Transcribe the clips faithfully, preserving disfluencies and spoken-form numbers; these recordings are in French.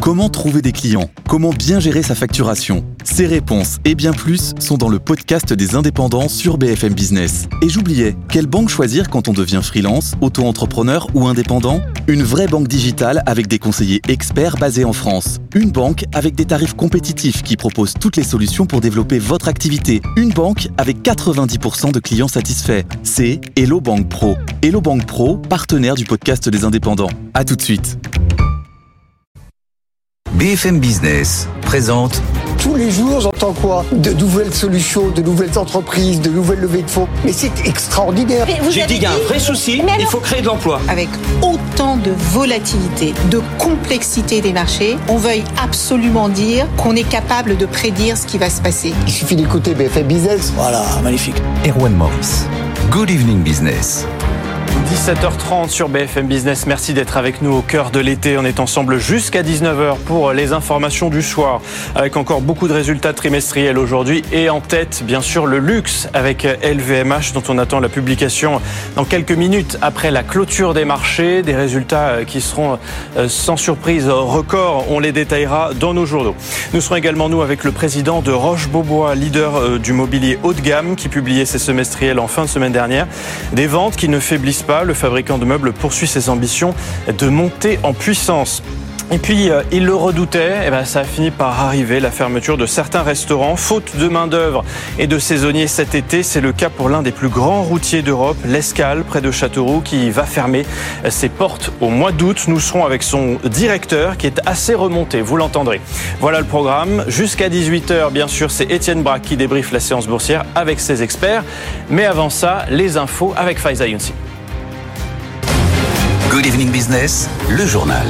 Comment trouver des clients ? Comment bien gérer sa facturation ? Ces réponses et bien plus sont dans le podcast des indépendants sur B F M Business. Et j'oubliais, quelle banque choisir quand on devient freelance, auto-entrepreneur ou indépendant ? Une vraie banque digitale avec des conseillers experts basés en France. Une banque avec des tarifs compétitifs qui propose toutes les solutions pour développer votre activité. Une banque avec quatre-vingt-dix pour cent de clients satisfaits. C'est Hello Bank Pro. Hello Bank Pro, partenaire du podcast des indépendants. À tout de suite. B F M Business présente. Tous les jours, j'entends quoi ? De nouvelles solutions, de nouvelles entreprises, de nouvelles levées de fonds. Mais c'est extraordinaire. Mais J'ai dit qu'il y a un vrai souci, alors, il faut créer de l'emploi. Avec autant de volatilité, de complexité des marchés, on veuille absolument dire qu'on est capable de prédire ce qui va se passer. Il suffit d'écouter B F M Business. Voilà, magnifique. Erwan Morris. Good evening business. dix-sept heures trente sur B F M Business. Merci d'être avec nous au cœur de l'été. On est ensemble jusqu'à dix-neuf heures pour les informations du soir, avec encore beaucoup de résultats trimestriels aujourd'hui. Et en tête, bien sûr, le luxe avec L V M H, dont on attend la publication dans quelques minutes après la clôture des marchés. Des résultats qui seront sans surprise records. On les détaillera dans nos journaux. Nous serons également, nous, avec le président de Roche-Beaubois, leader du mobilier haut de gamme, qui publiait ses semestriels en fin de semaine dernière. Des ventes qui ne faiblissent pas. Le fabricant de meubles poursuit ses ambitions de monter en puissance. Et puis, euh, il le redoutait, et ben, ça a fini par arriver, la fermeture de certains restaurants, faute de main-d'œuvre et de saisonniers cet été. C'est le cas pour l'un des plus grands routiers d'Europe, l'Escale, près de Châteauroux, qui va fermer ses portes au mois d'août. Nous serons avec son directeur, qui est assez remonté, vous l'entendrez. Voilà le programme. Jusqu'à dix-huit heures, bien sûr, c'est Étienne Braque qui débriefe la séance boursière avec ses experts. Mais avant ça, les infos avec Faiza Younsi. Good evening business, le journal.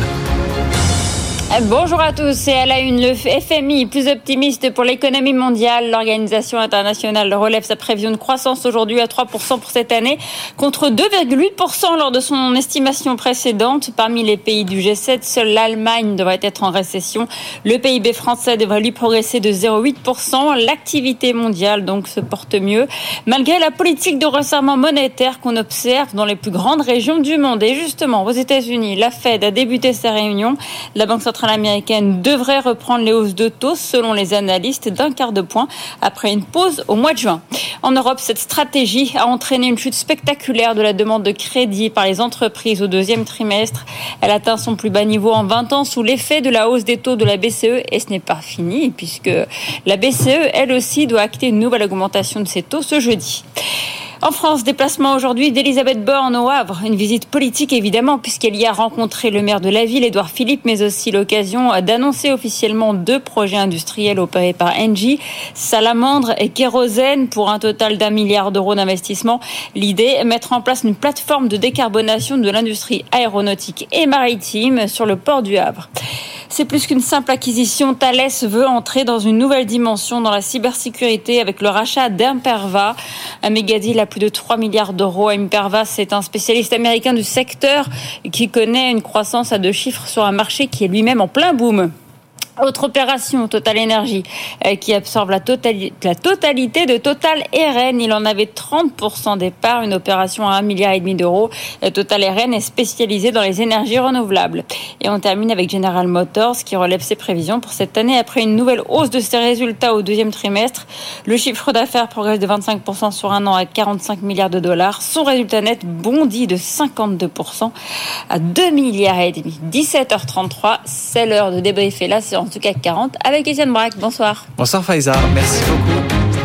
Bonjour à tous. Et à la une, le F M I plus optimiste pour l'économie mondiale. L'Organisation internationale relève sa prévision de croissance aujourd'hui à trois pour cent pour cette année, contre deux virgule huit pour cent lors de son estimation précédente. Parmi les pays du G sept, seule l'Allemagne devrait être en récession. Le P I B français devrait lui progresser de zéro virgule huit pour cent. L'activité mondiale donc se porte mieux, malgré la politique de resserrement monétaire qu'on observe dans les plus grandes régions du monde. Et justement, aux États-Unis, la Fed a débuté sa réunion. La Banque centrale américaine devrait reprendre les hausses de taux, selon les analystes, d'un quart de point après une pause au mois de juin. En Europe, cette stratégie a entraîné une chute spectaculaire de la demande de crédit par les entreprises au deuxième trimestre. Elle atteint son plus bas niveau en vingt ans sous l'effet de la hausse des taux de la B C E. Et ce n'est pas fini, puisque la B C E, elle aussi, doit acter une nouvelle augmentation de ses taux ce jeudi. En France, déplacement aujourd'hui d'Elisabeth Borne au Havre. Une visite politique évidemment, puisqu'elle y a rencontré le maire de la ville, Édouard Philippe, mais aussi l'occasion d'annoncer officiellement deux projets industriels opérés par Engie, Salamandre et Kérosène, pour un total d'un milliard d'euros d'investissement. L'idée, mettre en place une plateforme de décarbonation de l'industrie aéronautique et maritime sur le port du Havre. C'est plus qu'une simple acquisition. Thales veut entrer dans une nouvelle dimension dans la cybersécurité avec le rachat d'Imperva, un méga-deal à plus de trois milliards d'euros. Imperva, c'est un spécialiste américain du secteur qui connaît une croissance à deux chiffres sur un marché qui est lui-même en plein boom. Autre opération, Total Energy, euh, qui absorbe la, totali- la totalité de Total R N. Il en avait trente pour cent des parts, une opération à un milliard et demi d'euros. Euh, Total R N est spécialisé dans les énergies renouvelables. Et on termine avec General Motors, qui relève ses prévisions pour cette année après une nouvelle hausse de ses résultats au deuxième trimestre. Le chiffre d'affaires progresse de vingt-cinq pour cent sur un an à quarante-cinq milliards de dollars. Son résultat net bondit de cinquante-deux pour cent à deux milliards et demi. dix-sept heures trente-trois, c'est l'heure de débriefer la séance du C A C quarante avec Étienne Braque. Bonsoir. Bonsoir Faiza, merci beaucoup.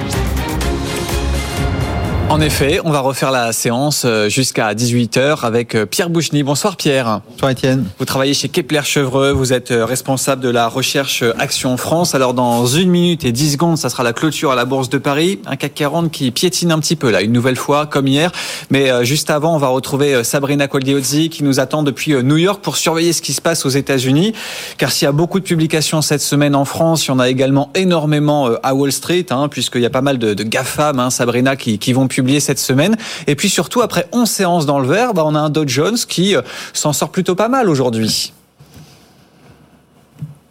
En effet, on va refaire la séance jusqu'à dix-huit heures avec Pierre Bouchny. Bonsoir Pierre. Bonsoir Étienne. Vous travaillez chez Kepler Chevreux, vous êtes responsable de la recherche Action France. Alors dans une minute et dix secondes, ça sera la clôture à la Bourse de Paris. Un C A C quarante qui piétine un petit peu là, une nouvelle fois comme hier. Mais juste avant, on va retrouver Sabrina Coldiozzi qui nous attend depuis New York pour surveiller ce qui se passe aux États-Unis. Car s'il y a beaucoup de publications cette semaine en France, il y en a également énormément à Wall Street, hein, puisqu'il y a pas mal de, de GAFAM, hein, Sabrina, qui, qui vont publier cette semaine. Et puis surtout, après onze séances dans le vert, bah, on a un Dow Jones qui euh, s'en sort plutôt pas mal aujourd'hui.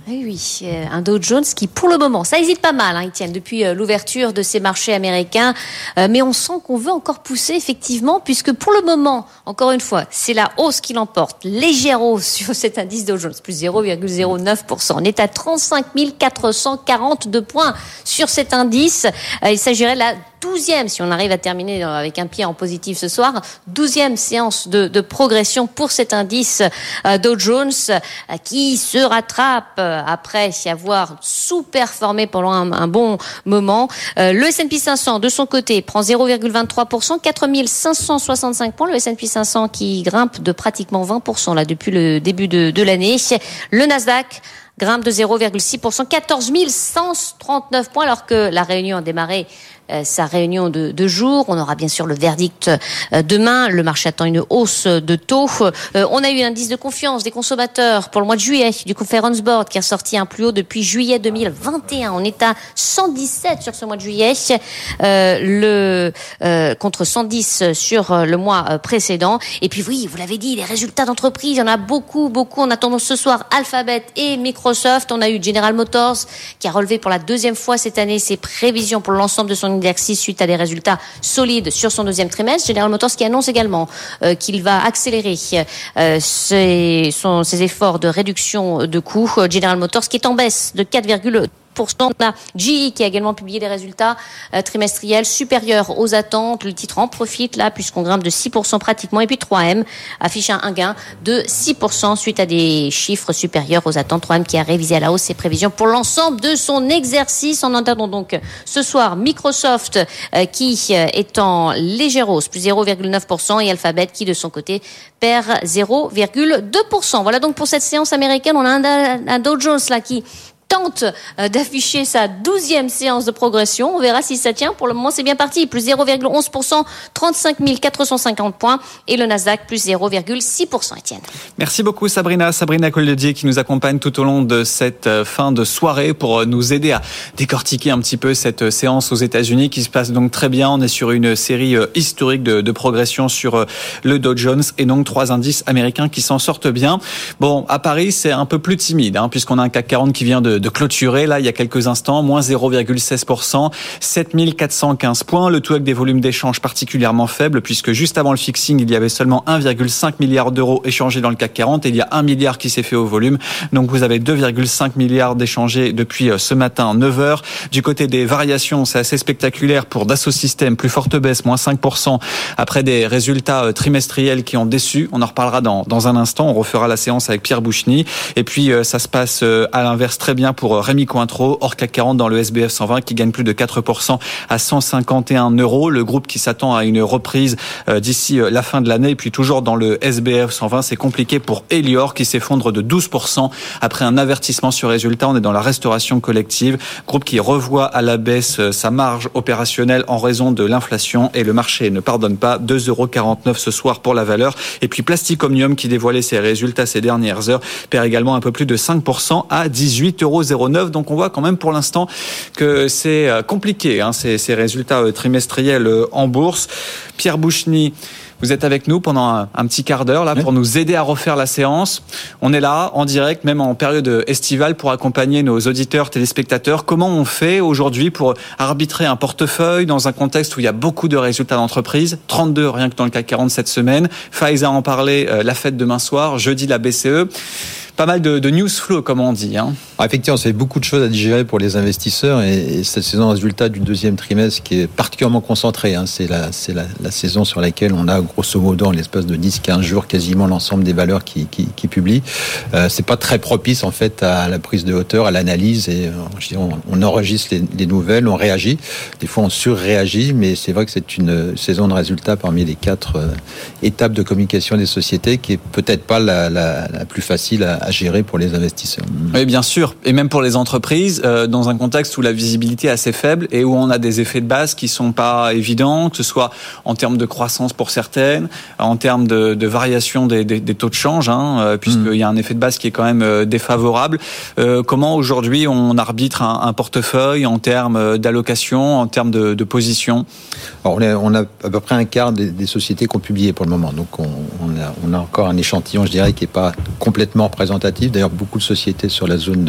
Oui, oui, un Dow Jones qui, pour le moment, ça hésite pas mal, hein, ils tiennent depuis l'ouverture de ces marchés américains, euh, mais on sent qu'on veut encore pousser, effectivement, puisque pour le moment, encore une fois, c'est la hausse qui l'emporte, légère hausse sur cet indice Dow Jones, plus zéro virgule zéro neuf pour cent. On est à trente-cinq mille quatre cent quarante-deux points sur cet indice. Euh, il s'agirait de la douzième, si on arrive à terminer avec un pied en positif ce soir, douzième séance de, de progression pour cet indice euh, Dow Jones euh, qui se rattrape euh, après avoir sous-performé pendant un, un bon moment. Euh, le S and P cinq cents, de son côté, prend zéro virgule vingt-trois pour cent, quatre mille cinq cent soixante-cinq points. Le S and P cinq cents qui grimpe de pratiquement vingt pour cent là, depuis le début de, de l'année. Le Nasdaq grimpe de zéro virgule six pour cent, quatorze mille cent trente-neuf points, alors que la réunion a démarré euh, sa réunion de, de jour. On aura bien sûr le verdict euh, demain. Le marché attend une hausse de taux. Euh, on a eu un indice de confiance des consommateurs pour le mois de juillet du Conference Board qui a sorti un plus haut depuis juillet deux mille vingt et un. On est à cent dix-sept sur ce mois de juillet, euh, le euh, contre cent dix sur le mois précédent. Et puis oui, vous l'avez dit, les résultats d'entreprise, il y en a beaucoup, beaucoup. On attend ce soir Alphabet et Microsoft. On a eu General Motors qui a relevé pour la deuxième fois cette année ses prévisions pour l'ensemble de son exercice suite à des résultats solides sur son deuxième trimestre. General Motors qui annonce également euh, qu'il va accélérer euh, ses, son, ses efforts de réduction de coûts. General Motors qui est en baisse de quatre virgule deux pour cent. On a G E qui a également publié des résultats euh, trimestriels supérieurs aux attentes. Le titre en profite là puisqu'on grimpe de six pour cent pratiquement. Et puis trois M affiche un, un gain de six pour cent suite à des chiffres supérieurs aux attentes. trois M qui a révisé à la hausse ses prévisions pour l'ensemble de son exercice. En attendant donc ce soir Microsoft euh, qui euh, est en légère hausse, plus zéro virgule neuf pour cent, et Alphabet qui de son côté perd zéro virgule deux pour cent. Voilà donc pour cette séance américaine. On a un, un Dow Jones là qui tente d'afficher sa douzième séance de progression. On verra si ça tient. Pour le moment, c'est bien parti. Plus zéro virgule onze pour cent, trente-cinq mille quatre cent cinquante points. Et le Nasdaq, plus zéro virgule six pour cent, Étienne. Merci beaucoup, Sabrina. Sabrina Colledier qui nous accompagne tout au long de cette fin de soirée pour nous aider à décortiquer un petit peu cette séance aux États-Unis qui se passe donc très bien. On est sur une série historique de, de progression sur le Dow Jones et donc trois indices américains qui s'en sortent bien. Bon, à Paris, c'est un peu plus timide, hein, puisqu'on a un C A C quarante qui vient de de clôturer, là, il y a quelques instants, moins zéro virgule seize pour cent, sept mille quatre cent quinze points, le tout avec des volumes d'échange particulièrement faibles, puisque juste avant le fixing, il y avait seulement un virgule cinq milliard d'euros échangés dans le C A C quarante, et il y a un milliard qui s'est fait au volume, donc vous avez deux virgule cinq milliards d'échangés depuis ce matin, neuf heures. Du côté des variations, c'est assez spectaculaire pour Dassault Systèmes, plus forte baisse, moins cinq pour cent, après des résultats trimestriels qui ont déçu, on en reparlera dans, dans un instant, on refera la séance avec Pierre Bouchny, et puis ça se passe à l'inverse très bien pour Rémi Cointreau, hors C A C quarante dans le S B F cent vingt qui gagne plus de quatre pour cent à cent cinquante et un euros. Le groupe qui s'attend à une reprise d'ici la fin de l'année. Et puis toujours dans le S B F cent vingt, c'est compliqué pour Elior qui s'effondre de douze pour cent après un avertissement sur résultat. On est dans la restauration collective. Groupe qui revoit à la baisse sa marge opérationnelle en raison de l'inflation et le marché ne pardonne pas. deux euros quarante-neuf ce soir pour la valeur. Et puis Plastic Omnium qui dévoilait ses résultats ces dernières heures perd également un peu plus de cinq pour cent à dix-huit euros zéro neuf. Donc on voit quand même pour l'instant que c'est compliqué, hein, ces, ces résultats trimestriels en bourse. Pierre Bouchny, vous êtes avec nous pendant un, un petit quart d'heure là oui. pour nous aider à refaire la séance. On est là en direct, même en période estivale, pour accompagner nos auditeurs, téléspectateurs. Comment on fait aujourd'hui pour arbitrer un portefeuille dans un contexte où il y a beaucoup de résultats d'entreprise, trente-deux rien que dans le C A C quarante cette semaine. Faiza en parlait, euh, la fête demain soir, jeudi la B C E. Pas mal de, de news flow, comme on dit. Hein. Ah, effectivement, c'est beaucoup de choses à digérer pour les investisseurs et, et cette saison résultat du deuxième trimestre qui est particulièrement concentrée. Hein. C'est, la, c'est la, la saison sur laquelle on a grosso modo en l'espace de dix à quinze jours quasiment l'ensemble des valeurs qui, qui, qui publient. Euh, c'est pas très propice en fait à la prise de hauteur, à l'analyse et euh, on, on enregistre les, les nouvelles, on réagit. Des fois on surréagit, mais c'est vrai que c'est une saison de résultats parmi les quatre euh, étapes de communication des sociétés qui est peut-être pas la, la, la plus facile à à gérer pour les investisseurs. Oui, bien sûr. Et même pour les entreprises, euh, dans un contexte où la visibilité est assez faible et où on a des effets de base qui sont pas évidents, que ce soit en termes de croissance pour certaines, en termes de, de variation des, des, des taux de change, hein, euh, puisqu'il mmh. y a un effet de base qui est quand même euh, défavorable. Euh, comment aujourd'hui on arbitre un, un portefeuille en termes d'allocation, en termes de, de position? Alors, on, a, on a à peu près un quart des, des sociétés qui ont publié pour le moment. Donc on, on, a, on a encore un échantillon, je dirais, qui n'est pas complètement présent. D'ailleurs, beaucoup de sociétés sur la zone de,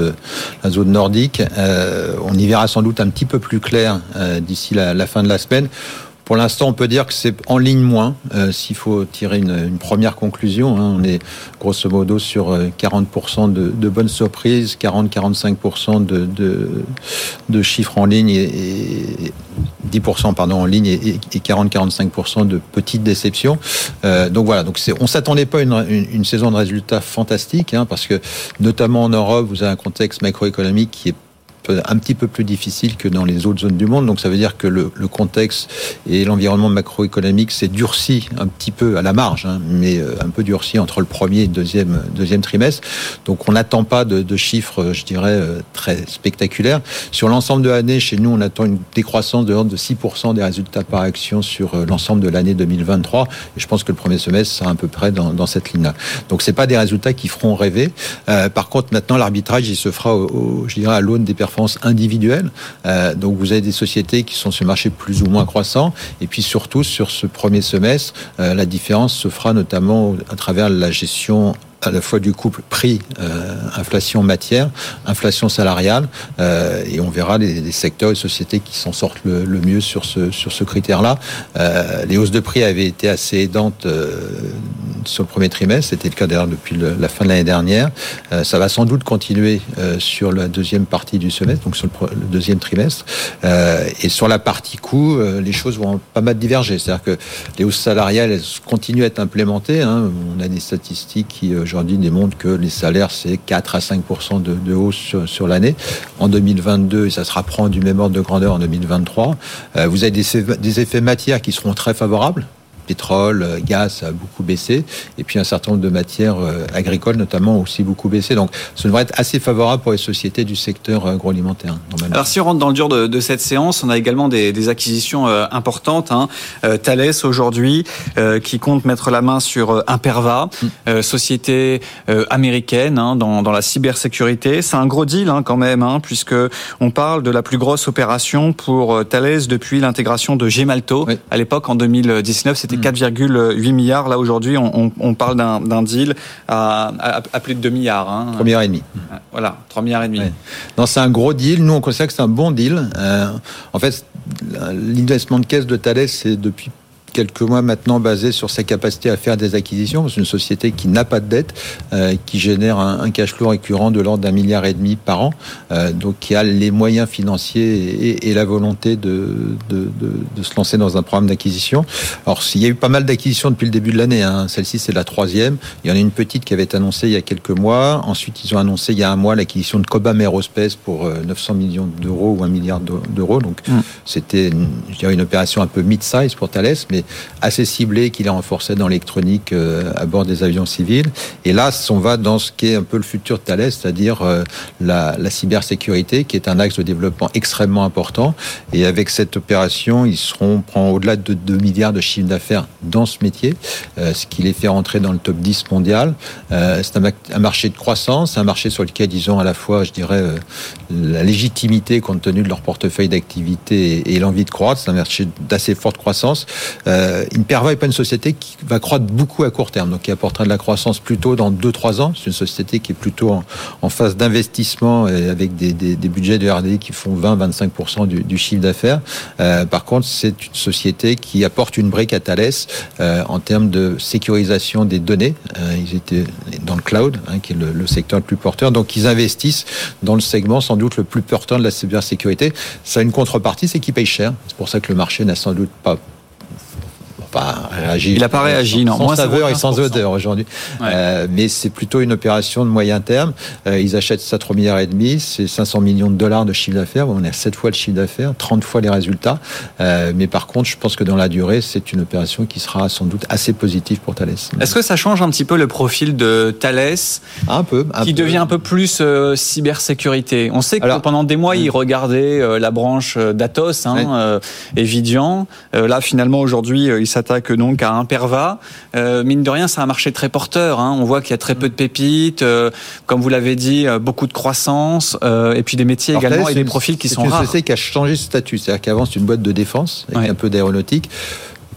zone, la zone nordique. Euh, on y verra sans doute un petit peu plus clair euh, d'ici la, la fin de la semaine. Pour l'instant, on peut dire que c'est en ligne moins, euh, s'il faut tirer une, une première conclusion. Hein, on est grosso modo sur quarante pour cent de, de bonnes surprises, quarante à quarante-cinq pour cent de, de, de chiffres en ligne et, et dix pour cent pardon, en ligne et, et quarante à quarante-cinq pour cent de petites déceptions. Euh, donc voilà, donc c'est, on ne s'attendait pas à une, une, une saison de résultats fantastique, hein, parce que notamment en Europe, vous avez un contexte macroéconomique qui est un petit peu plus difficile que dans les autres zones du monde. Donc ça veut dire que le, le contexte et l'environnement macroéconomique s'est durci un petit peu à la marge, hein, mais un peu durci entre le premier et le deuxième, deuxième trimestre. Donc on n'attend pas de, de chiffres, je dirais, très spectaculaires. Sur l'ensemble de l'année, chez nous, on attend une décroissance de l'ordre de six pour cent des résultats par action sur l'ensemble de l'année deux mille vingt-trois. Et je pense que le premier semestre sera à peu près dans, dans cette ligne-là. Donc c'est pas des résultats qui feront rêver. Euh, par contre, maintenant, l'arbitrage, il se fera, au, au, je dirais, à l'aune des performances individuelle. Euh, donc vous avez des sociétés qui sont sur le marché plus ou moins croissants, et puis surtout sur ce premier semestre, euh, la différence se fera notamment à travers la gestion à la fois du couple prix, euh, inflation matière, inflation salariale, euh, et on verra les, les secteurs et sociétés qui s'en sortent le, le mieux sur ce, sur ce critère-là. Euh, les hausses de prix avaient été assez aidantes euh, sur le premier trimestre, c'était le cas d'ailleurs depuis le, la fin de l'année dernière. Euh, ça va sans doute continuer euh, sur la deuxième partie du semestre, donc sur le, le deuxième trimestre. Euh, et sur la partie coût, euh, les choses vont pas mal diverger. C'est-à-dire que les hausses salariales, elles continuent à être implémentées. Hein. On a des statistiques qui euh, aujourd'hui démontre que les salaires, c'est quatre à cinq pour cent de, de hausse sur, sur l'année. En deux mille vingt-deux, et ça se rapprend du même ordre de grandeur en deux mille vingt-trois, euh, vous avez des, des effets matières qui seront très favorables. Pétrole, gaz a beaucoup baissé, et puis un certain nombre de matières agricoles notamment aussi beaucoup baissé. Donc ça devrait être assez favorable pour les sociétés du secteur agroalimentaire. Normalement. Alors si on rentre dans le dur de, de cette séance, on a également des, des acquisitions euh, importantes. Hein. Euh, Thales aujourd'hui euh, qui compte mettre la main sur euh, Imperva, mm. euh, société euh, américaine hein, dans, dans la cybersécurité. C'est un gros deal hein, quand même, hein, puisque on parle de la plus grosse opération pour euh, Thales depuis l'intégration de Gemalto. Oui. À l'époque en deux mille dix-neuf, c'était quatre virgule huit milliards. Là, aujourd'hui, on, on, on parle d'un, d'un deal à, à, à plus de deux milliards. Hein. trois milliards et demi. Voilà, trois milliards et demi. Ouais. Non, c'est un gros deal. Nous, on considère que c'est un bon deal. Euh, en fait, l'investissement de caisse de Thales, c'est depuis quelques mois maintenant basé sur sa capacité à faire des acquisitions. C'est une société qui n'a pas de dette, euh, qui génère un, un cash flow récurrent de l'ordre d'un milliard et demi par an, euh, donc qui a les moyens financiers et, et la volonté de, de, de, de se lancer dans un programme d'acquisition. Alors, il y a eu pas mal d'acquisitions depuis le début de l'année. Hein. Celle-ci, c'est la troisième. Il y en a une petite qui avait été annoncée il y a quelques mois. Ensuite, ils ont annoncé il y a un mois l'acquisition de Cobham Aerospace pour neuf cents millions d'euros ou un milliard d'euros. Donc, mmh. c'était je dirais, une opération un peu mid-size pour Thales, mais assez ciblé, qu'il a renforcé dans l'électronique euh, à bord des avions civils. Et là, on va dans ce qui est un peu le futur de Thales, c'est-à-dire euh, la, la cybersécurité, qui est un axe de développement extrêmement important. Et avec cette opération, ils seront prend au-delà de deux milliards de chiffre d'affaires dans ce métier, euh, ce qui les fait rentrer dans le top dix mondial. Euh, c'est un, un marché de croissance, un marché sur lequel ils ont à la fois, je dirais, euh, la légitimité compte tenu de leur portefeuille d'activité et, et l'envie de croître. C'est un marché d'assez forte croissance. Euh, Euh, Imperva n'est pas une société qui va croître beaucoup à court terme, donc qui apportera de la croissance plutôt dans deux à trois ans. C'est une société qui est plutôt en, en phase d'investissement et avec des, des, des budgets de R et D qui font vingt à vingt-cinq pour cent du, du chiffre d'affaires. Euh, par contre, c'est une société qui apporte une brique à Thales euh, en termes de sécurisation des données. Euh, ils étaient dans le cloud, hein, qui est le, le secteur le plus porteur. Donc, ils investissent dans le segment sans doute le plus porteur de la cybersécurité. Ça a une contrepartie, c'est qu'ils payent cher. C'est pour ça que le marché n'a sans doute pas Pas réagi, il n'a pas réagi, non. Sans Moins saveur et sans odeur aujourd'hui. Ouais. Euh, mais c'est plutôt une opération de moyen terme. Euh, ils achètent ça trois milliards et demi, c'est cinq cents millions de dollars de chiffre d'affaires. On est à sept fois le chiffre d'affaires, trente fois les résultats. Euh, mais par contre, je pense que dans la durée, c'est une opération qui sera sans doute assez positive pour Thales. Est-ce que ça change un petit peu le profil de Thales, un peu, un qui peu. devient un peu plus euh, cybersécurité? On sait que Alors, pendant des mois, mmh. ils regardaient euh, la branche d'Atos, hein, ouais. euh, Evidian. Euh, là, finalement, aujourd'hui, euh, ils s'attaquent donc à Imperva. Euh, mine de rien, c'est un marché très porteur. Hein. On voit qu'il y a très peu de pépites, euh, comme vous l'avez dit, euh, beaucoup de croissance, euh, et puis des métiers Alors, également et des profils qui sont rares. C'est une société qui a changé de statut. C'est-à-dire qu'avant, c'est une boîte de défense avec ouais. un peu d'aéronautique,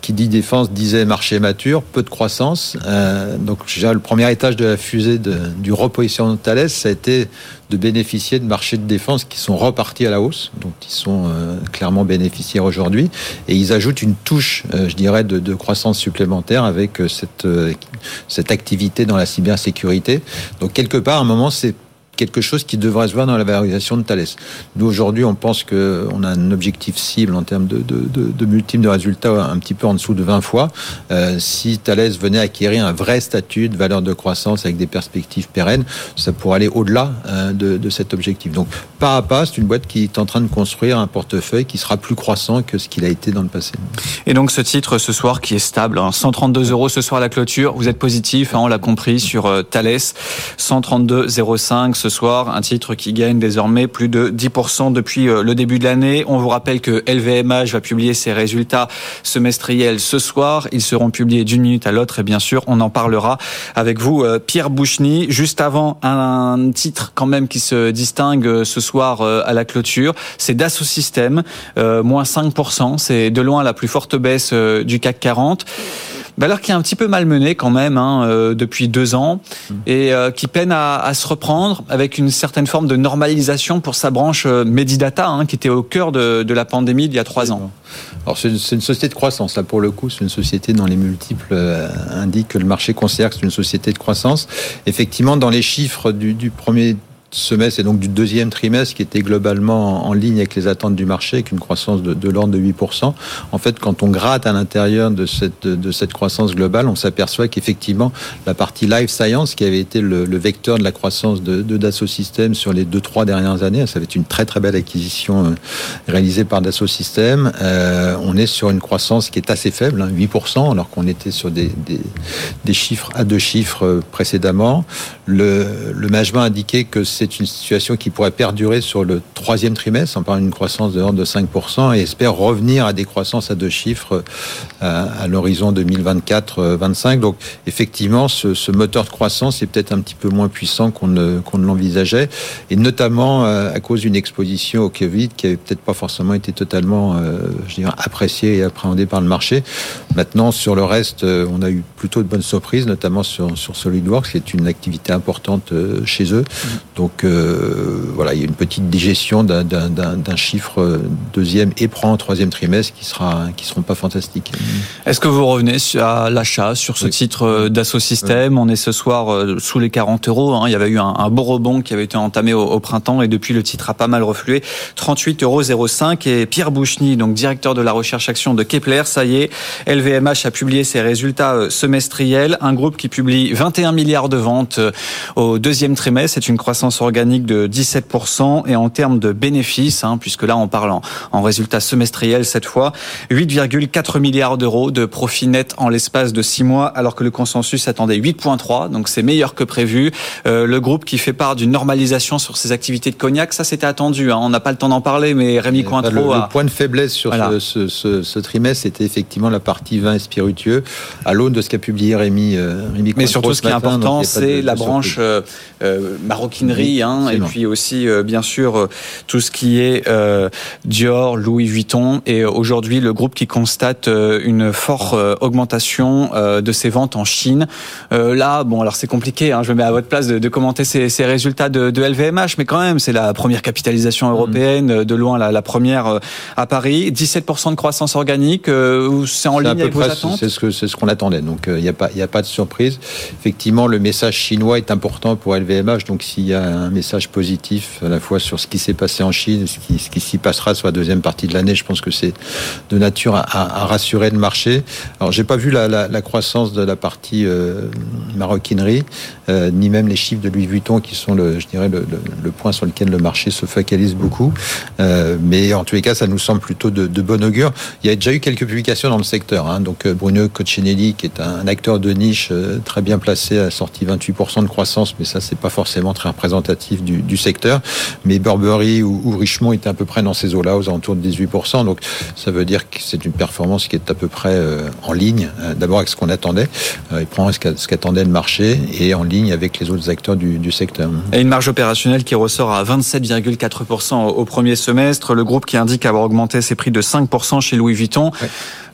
qui dit défense disait marché mature, peu de croissance. Euh, donc déjà, le premier étage de la fusée de, du repositionnement de Thales, ça a été de bénéficier de marchés de défense qui sont repartis à la hausse, donc ils sont euh, clairement bénéficiaires aujourd'hui, et ils ajoutent une touche, euh, je dirais, de, de croissance supplémentaire avec euh, cette, euh, cette activité dans la cybersécurité. Donc quelque part, à un moment, c'est quelque chose qui devrait se voir dans la valorisation de Thales. Nous, aujourd'hui, on pense qu'on a un objectif cible en termes de, de, de, de multiples de résultats un petit peu en dessous de vingt fois. Euh, si Thales venait acquérir un vrai statut de valeur de croissance avec des perspectives pérennes, ça pourrait aller au-delà euh, de, de cet objectif. Donc, pas à pas, c'est une boîte qui est en train de construire un portefeuille qui sera plus croissant que ce qu'il a été dans le passé. Et donc, ce titre, ce soir, qui est stable, hein, cent trente-deux euros ce soir à la clôture. Vous êtes positif, hein, on l'a compris, sur euh, Thales, cent trente-deux virgule zéro cinq ce soir, un titre qui gagne désormais plus de dix pour cent depuis le début de l'année. On vous rappelle que L V M H va publier ses résultats semestriels ce soir. Ils seront publiés d'une minute à l'autre et bien sûr, on en parlera avec vous, Pierre Boucheny. Juste avant, un titre quand même qui se distingue ce soir à la clôture, c'est Dassault Systèmes, euh, moins cinq pour cent. C'est de loin la plus forte baisse du C A C quarante. Valeur qui est un petit peu malmenée quand même hein, euh, depuis deux ans et euh, qui peine à, à se reprendre avec une certaine forme de normalisation pour sa branche euh, Medidata hein, qui était au cœur de, de la pandémie il y a trois ans. Alors c'est une, c'est une société de croissance là pour le coup, c'est une société dont les multiples euh, indiquent que le marché considère que c'est une société de croissance. Effectivement, dans les chiffres du, du premier semestre et donc du deuxième trimestre qui était globalement en ligne avec les attentes du marché, avec une croissance de, de l'ordre de huit pour cent. En fait, quand on gratte à l'intérieur de cette, de cette croissance globale, on s'aperçoit qu'effectivement, la partie Life Science, qui avait été le, le vecteur de la croissance de, de Dassault Systèmes sur les deux, trois dernières années, ça avait été une très très belle acquisition euh, réalisée par Dassault Systèmes. Euh, on est sur une croissance qui est assez faible, hein, huit pour cent, alors qu'on était sur des, des, des chiffres à deux chiffres euh, précédemment. Le, le management a indiqué que c'est une situation qui pourrait perdurer sur le troisième trimestre, en parlant d'une croissance de l'ordre de cinq pour cent, et espère revenir à des croissances à deux chiffres à, à l'horizon deux mille vingt-quatre vingt-cinq. Donc, effectivement, ce, ce moteur de croissance est peut-être un petit peu moins puissant qu'on ne, qu'on ne l'envisageait, et notamment euh, à cause d'une exposition au Covid qui n'avait peut-être pas forcément été totalement, euh, je dirais, appréciée et appréhendée par le marché. Maintenant, sur le reste, euh, on a eu plutôt de bonnes surprises, notamment sur, sur SolidWorks, qui est une activité importante euh, chez eux. Donc, Donc euh, voilà, il y a une petite digestion d'un, d'un, d'un chiffre deuxième et prend troisième trimestre qui sera qui seront pas fantastiques. Est-ce que vous revenez à l'achat sur ce oui. titre Dassault Systèmes ? Oui. On est ce soir sous les quarante euros. Hein. Il y avait eu un, un beau rebond qui avait été entamé au, au printemps et depuis le titre a pas mal reflué. trente-huit euros zéro cinq et Pierre Boucheny, donc directeur de la recherche action de Kepler, ça y est, L V M H a publié ses résultats semestriels. Un groupe qui publie vingt et un milliards de ventes au deuxième trimestre. C'est une croissance organique de dix-sept pour cent et en termes de bénéfices, hein, puisque là on parle en, en résultats semestriels cette fois, huit virgule quatre milliards d'euros de profit net en l'espace de six mois, alors que le consensus attendait huit virgule trois, donc c'est meilleur que prévu. Euh, le groupe qui fait part d'une normalisation sur ses activités de cognac, ça c'était attendu, hein, on n'a pas le temps d'en parler, mais Rémi Cointreau le, a... le point de faiblesse sur voilà. ce, ce, ce, ce trimestre, c'était effectivement la partie vin et spiritueux, à l'aune de ce qu'a publié Rémi, euh, Rémi Cointreau. Mais surtout ce qui est matin, important, c'est de, la de branche euh, euh, maroquinerie, hein, et puis aussi euh, bien sûr euh, tout ce qui est euh, Dior, Louis Vuitton, et aujourd'hui le groupe qui constate euh, une forte euh, augmentation euh, de ses ventes en Chine. Euh, là, bon, alors c'est compliqué, hein, je me mets à votre place de, de commenter ces, ces résultats de, de L V M H, mais quand même c'est la première capitalisation européenne, mmh. de loin la, la première euh, à Paris, dix-sept pour cent de croissance organique, euh, c'est en c'est ligne avec vos près, attentes. C'est ce que c'est ce qu'on attendait, donc il euh, n'y a pas il y a pas de surprise. Effectivement, le message chinois est important pour L V M H, donc s'il y a un message positif à la fois sur ce qui s'est passé en Chine, ce qui, ce qui s'y passera sur la deuxième partie de l'année, je pense que c'est de nature à, à, à rassurer le marché. Alors, j'ai pas vu la, la, la croissance de la partie euh, maroquinerie, euh, ni même les chiffres de Louis Vuitton qui sont, le, je dirais, le, le, le point sur lequel le marché se focalise beaucoup. Euh, mais en tous les cas, ça nous semble plutôt de, de bon augure. Il y a déjà eu quelques publications dans le secteur. Hein. Donc, Bruno Coccinelli, qui est un, un acteur de niche euh, très bien placé, a sorti vingt-huit pour cent de croissance, mais ça, c'est pas forcément très représentatif du, du secteur. Mais Burberry ou, ou Richemont étaient à peu près dans ces eaux-là, aux alentours de dix-huit pour cent. Donc, ça veut dire que c'est une performance qui est à peu près euh, en ligne, euh, d'abord avec ce qu'on attendait, euh, il prend ce, qu'a, ce qu'attendait le marché, et en ligne avec les autres acteurs du, du secteur. Et une marge opérationnelle qui ressort à vingt-sept virgule quatre pour cent au premier semestre. Le groupe qui indique avoir augmenté ses prix de cinq pour cent chez Louis Vuitton. Ouais.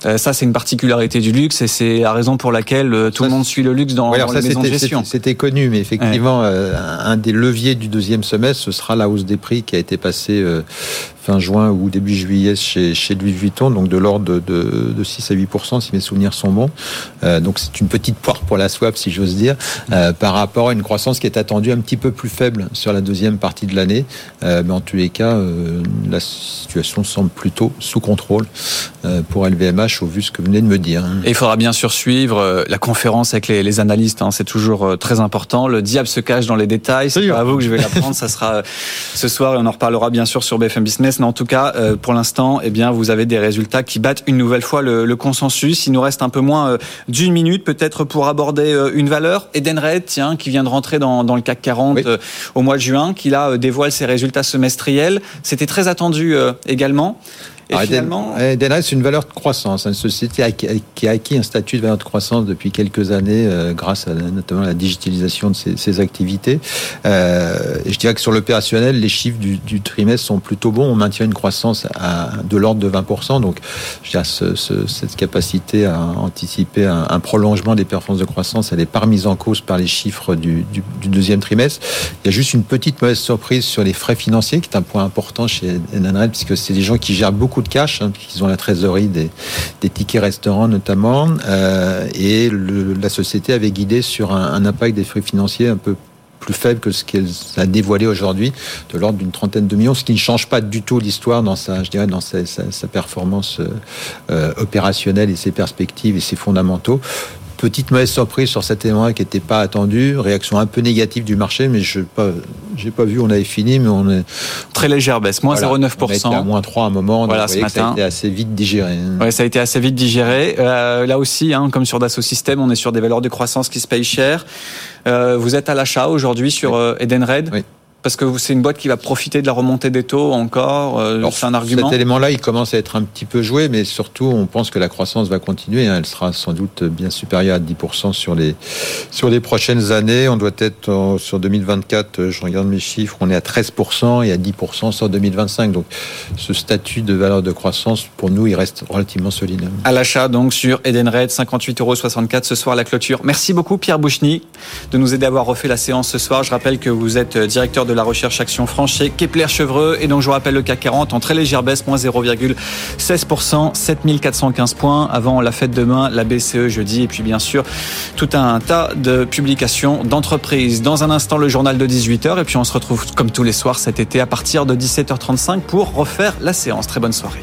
Euh, ça, c'est une particularité du luxe et c'est la raison pour laquelle euh, tout ça, le monde suit le luxe dans, ouais, dans les ça, maisons de gestion. C'était, c'était connu, mais effectivement, ouais. euh, un des leviers du deuxième semestre, ce sera la hausse des prix qui a été passée euh, fin juin ou début juillet chez, chez Louis Vuitton, donc de l'ordre de, de, de six à huit pour cent si mes souvenirs sont bons. Euh, donc c'est une petite poire pour la swap, si j'ose dire, euh, par rapport à une croissance qui est attendue un petit peu plus faible sur la deuxième partie de l'année. Euh, mais en tous les cas, euh, la situation semble plutôt sous contrôle euh, pour L V M H au vu de ce que vous venez de me dire. Et il faudra bien sûr suivre euh, la conférence avec les, les analystes, hein, c'est toujours euh, très important. Le diable se cache dans les détails, c'est pas à vous que je vais l'apprendre, ça sera euh, ce soir et on en reparlera bien sûr sur B F M Business. Mais en tout cas, euh, pour l'instant, eh bien, vous avez des résultats qui battent une nouvelle fois le, le consensus. Il nous reste un peu moins euh, d'une minute, peut-être pour aborder euh, une valeur. Edenred, tiens, qui vient de rentrer dans, dans le C A C quarante oui. euh, au mois de juin, qui là euh, dévoile ses résultats semestriels. C'était très attendu euh, également. Et Alors, finalement, Edenred, c'est une valeur de croissance, une société qui a acquis un statut de valeur de croissance depuis quelques années, euh, grâce à notamment à la digitalisation de ses, ses activités. Euh, et je dirais que sur l'opérationnel, les chiffres du, du trimestre sont plutôt bons. On maintient une croissance à, de l'ordre de vingt pour cent. Donc, je dirais ce, ce, cette capacité à anticiper un, un prolongement des performances de croissance, elle n'est pas remise en cause par les chiffres du, du, du deuxième trimestre. Il y a juste une petite mauvaise surprise sur les frais financiers, qui est un point important chez Edenred, puisque c'est des gens qui gèrent beaucoup de cash, hein, puisqu'ils ont la trésorerie des, des tickets restaurants notamment, euh, et le, la société avait guidé sur un, un impact des frais financiers un peu plus faible que ce qu'elle a dévoilé aujourd'hui, de l'ordre d'une trentaine de millions, ce qui ne change pas du tout l'histoire dans sa, je dirais, dans sa, sa, sa performance euh, opérationnelle et ses perspectives et ses fondamentaux. Petite mauvaise surprise sur cet élément qui n'était pas attendu, réaction un peu négative du marché, mais je n'ai pas, j'ai pas vu, on avait fini, mais on est... Très légère baisse, moins voilà, zéro virgule neuf pour cent. On a été à moins trois à un moment, voilà, donc ce matin. Ça a été assez vite digéré. Ouais, ça a été assez vite digéré. Euh, là aussi, hein, comme sur Dassault Systèmes, on est sur des valeurs de croissance qui se payent cher. Euh, vous êtes à l'achat aujourd'hui sur oui. euh, Edenred oui. Parce que c'est une boîte qui va profiter de la remontée des taux encore. Euh, Alors, c'est un argument. Cet élément-là, il commence à être un petit peu joué, mais surtout, on pense que la croissance va continuer. Hein. Elle sera sans doute bien supérieure à dix pour cent sur les sur les prochaines années. On doit être en, sur deux mille vingt-quatre. Je regarde mes chiffres. On est à treize pour cent et à dix pour cent sur deux mille vingt-cinq. Donc, ce statut de valeur de croissance, pour nous, il reste relativement solide. À l'achat, donc, sur Edenred, cinquante-huit euros soixante-quatre ce soir, la clôture. Merci beaucoup, Pierre Bouchny, de nous aider à avoir refait la séance ce soir. Je rappelle que vous êtes directeur de la recherche action France chez Kepler Chevreux, et donc je vous rappelle le C A C quarante en très légère baisse, moins zéro virgule seize pour cent, sept mille quatre cent quinze points avant la fête demain, la B C E jeudi, et puis bien sûr tout un tas de publications d'entreprises. Dans un instant, le journal de dix-huit heures, et puis on se retrouve comme tous les soirs cet été à partir de dix-sept heures trente-cinq pour refaire la séance. Très bonne soirée.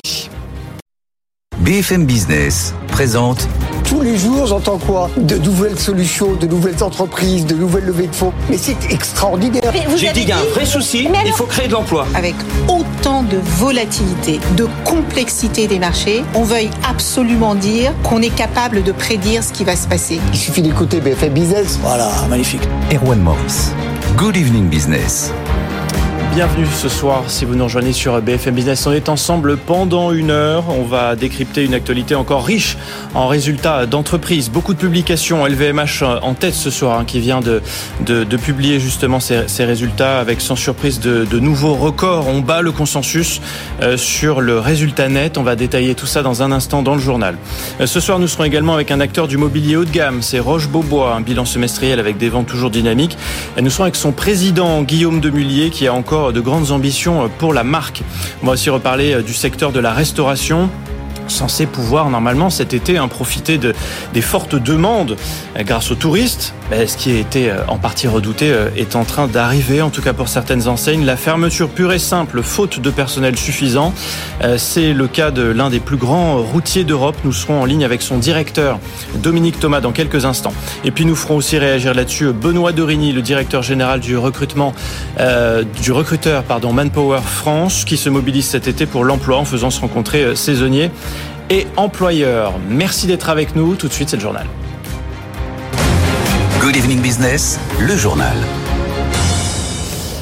B F M Business présente. Tous les jours, j'entends quoi ? De nouvelles solutions, de nouvelles entreprises, de nouvelles levées de fonds. Mais c'est extraordinaire. J'ai dit qu'il y a un vrai souci, alors, il faut créer de l'emploi. Avec autant de volatilité, de complexité des marchés, on veuille absolument dire qu'on est capable de prédire ce qui va se passer. Il suffit d'écouter B F M Business. Voilà, magnifique. Erwan Morris. Good evening business. Bienvenue ce soir, si vous nous rejoignez sur B F M Business. On est ensemble pendant une heure. On va décrypter une actualité encore riche en résultats d'entreprise. Beaucoup de publications. L V M H en tête ce soir, hein, qui vient de, de, de publier justement ses, ses résultats avec sans surprise de, de nouveaux records. On bat le consensus euh, sur le résultat net. On va détailler tout ça dans un instant dans le journal. Euh, ce soir, nous serons également avec un acteur du mobilier haut de gamme. C'est Roche-Beaubois, un bilan semestriel avec des ventes toujours dynamiques. Et nous serons avec son président Guillaume Demullier, qui a encore de grandes ambitions pour la marque. On va aussi reparler du secteur de la restauration, censé pouvoir normalement cet été hein, profiter de, des fortes demandes euh, grâce aux touristes. Ben, ce qui a été en partie redouté euh, est en train d'arriver, en tout cas pour certaines enseignes. La fermeture pure et simple, faute de personnel suffisant. Euh, c'est le cas de l'un des plus grands routiers d'Europe. Nous serons en ligne avec son directeur, Dominique Thomas, dans quelques instants. Et puis nous ferons aussi réagir là-dessus Benoît Dorigny, le directeur général du recrutement, euh, du recruteur pardon, Manpower France, qui se mobilise cet été pour l'emploi en faisant se rencontrer euh, saisonniers et employeurs. Merci d'être avec nous. Tout de suite, c'est le journal. Good evening business, le journal.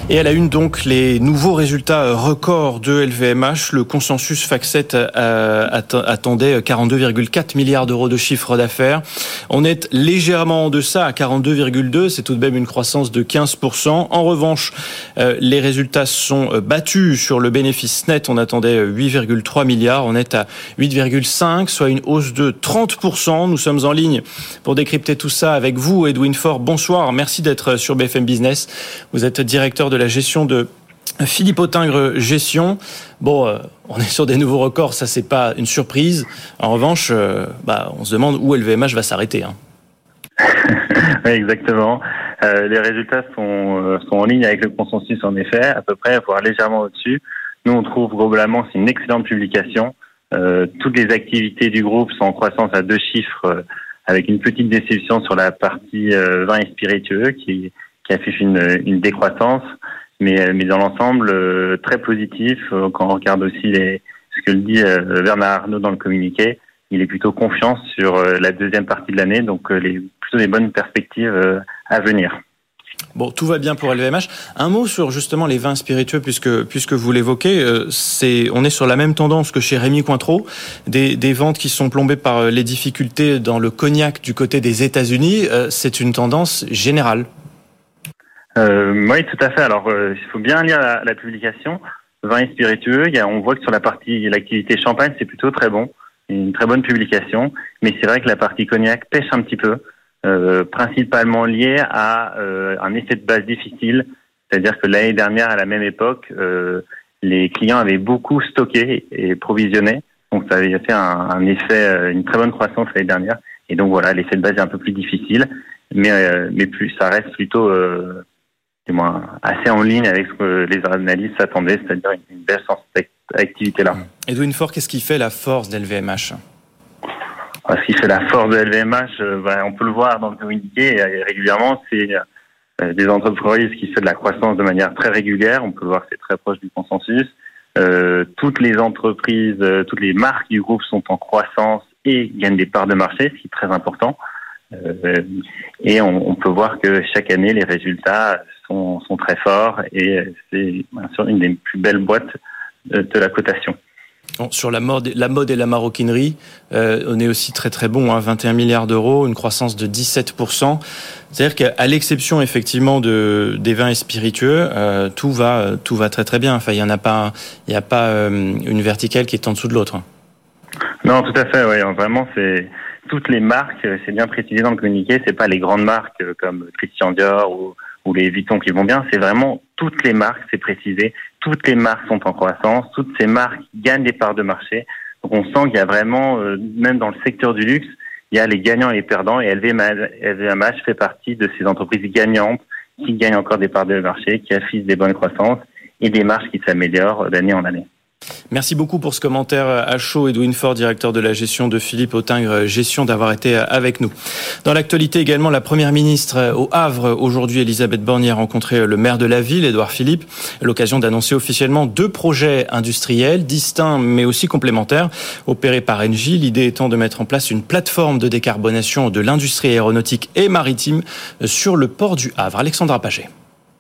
Et à la une, donc, les nouveaux résultats records de L V M H. Le consensus FactSet euh, attendait quarante-deux virgule quatre milliards d'euros de chiffre d'affaires. On est légèrement en deçà, à quarante-deux virgule deux. C'est tout de même une croissance de quinze pour cent. En revanche, euh, les résultats sont battus sur le bénéfice net. On attendait huit virgule trois milliards. On est à huit virgule cinq, soit une hausse de trente pour cent. Nous sommes en ligne pour décrypter tout ça avec vous, Edwin Faure. Bonsoir. Merci d'être sur B F M Business. Vous êtes directeur de la gestion de Philippe Autingre Gestion. Bon, euh, on est sur des nouveaux records, ça c'est pas une surprise. En revanche, euh, bah, on se demande où L V M H va s'arrêter. Hein. Oui, exactement. Euh, les résultats sont, euh, sont en ligne avec le consensus en effet, à peu près, voire légèrement au-dessus. Nous, on trouve globalement c'est une excellente publication. Euh, toutes les activités du groupe sont en croissance à deux chiffres, euh, avec une petite déception sur la partie euh, vin et spiritueux qui qui affiche une, une décroissance, mais, mais dans l'ensemble, euh, très positif. Euh, quand on regarde aussi les, ce que le dit euh, Bernard Arnault dans le communiqué, il est plutôt confiant sur euh, la deuxième partie de l'année, donc euh, les, plutôt des bonnes perspectives euh, à venir. Bon, tout va bien pour L V M H. Un mot sur justement les vins spiritueux, puisque puisque vous l'évoquez, euh, c'est on est sur la même tendance que chez Rémy Cointreau, des des ventes qui sont plombées par les difficultés dans le cognac du côté des États-Unis. Euh, c'est une tendance générale. Euh, oui, tout à fait. Alors, euh, il faut bien lire la, la publication. Vin et spiritueux, il y a, on voit que sur la partie l'activité champagne, c'est plutôt très bon, une très bonne publication. Mais c'est vrai que la partie cognac pêche un petit peu, euh, principalement lié à euh, un effet de base difficile. C'est-à-dire que l'année dernière, à la même époque, euh, les clients avaient beaucoup stocké et provisionné. Donc, ça avait fait un, un effet, une très bonne croissance l'année dernière. Et donc voilà, l'effet de base est un peu plus difficile, mais euh, mais plus, ça reste plutôt euh, du moins assez en ligne avec ce que les analystes s'attendaient, c'est-à-dire une, une belle activité-là. Edwin Faure, qu'est-ce qui fait la force d'L V M H ? Ce qui fait la force de L V M H, euh, ben, on peut le voir dans le communiqué et régulièrement, c'est euh, des entreprises qui font de la croissance de manière très régulière. On peut le voir que c'est très proche du consensus. Euh, toutes les entreprises, euh, toutes les marques du groupe sont en croissance et gagnent des parts de marché, ce qui est très important. Euh, et on, on peut voir que chaque année, les résultats sont, sont très forts et c'est bien sûr une des plus belles boîtes de, de la cotation. Bon, sur la mode, la mode et la maroquinerie, euh, on est aussi très très bon, hein, vingt et un milliards d'euros, une croissance de dix-sept pour cent. C'est-à-dire qu'à l'exception effectivement de des vins et spiritueux, euh, tout va tout va très très bien. Enfin, il y en a pas, il y a pas euh, une verticale qui est en dessous de l'autre. Non, tout à fait. Oui, vraiment, c'est toutes les marques. C'est bien précisé dans le communiqué. C'est pas les grandes marques comme Christian Dior ou ou les Vuitton qui vont bien, c'est vraiment toutes les marques, c'est précisé, toutes les marques sont en croissance, toutes ces marques gagnent des parts de marché. Donc on sent qu'il y a vraiment, euh, même dans le secteur du luxe, il y a les gagnants et les perdants, et L V M H fait partie de ces entreprises gagnantes qui gagnent encore des parts de marché, qui affichent des bonnes croissances et des marges qui s'améliorent d'année en année. Merci beaucoup pour ce commentaire à chaud, Edwin Faure, directeur de la gestion de Philippe Autingre Gestion, d'avoir été avec nous. Dans l'actualité également, la première ministre au Havre, aujourd'hui, Elisabeth Borne, a rencontré le maire de la ville, Édouard Philippe, l'occasion d'annoncer officiellement deux projets industriels distincts mais aussi complémentaires, opérés par Engie, l'idée étant de mettre en place une plateforme de décarbonation de l'industrie aéronautique et maritime sur le port du Havre. Alexandra Paget.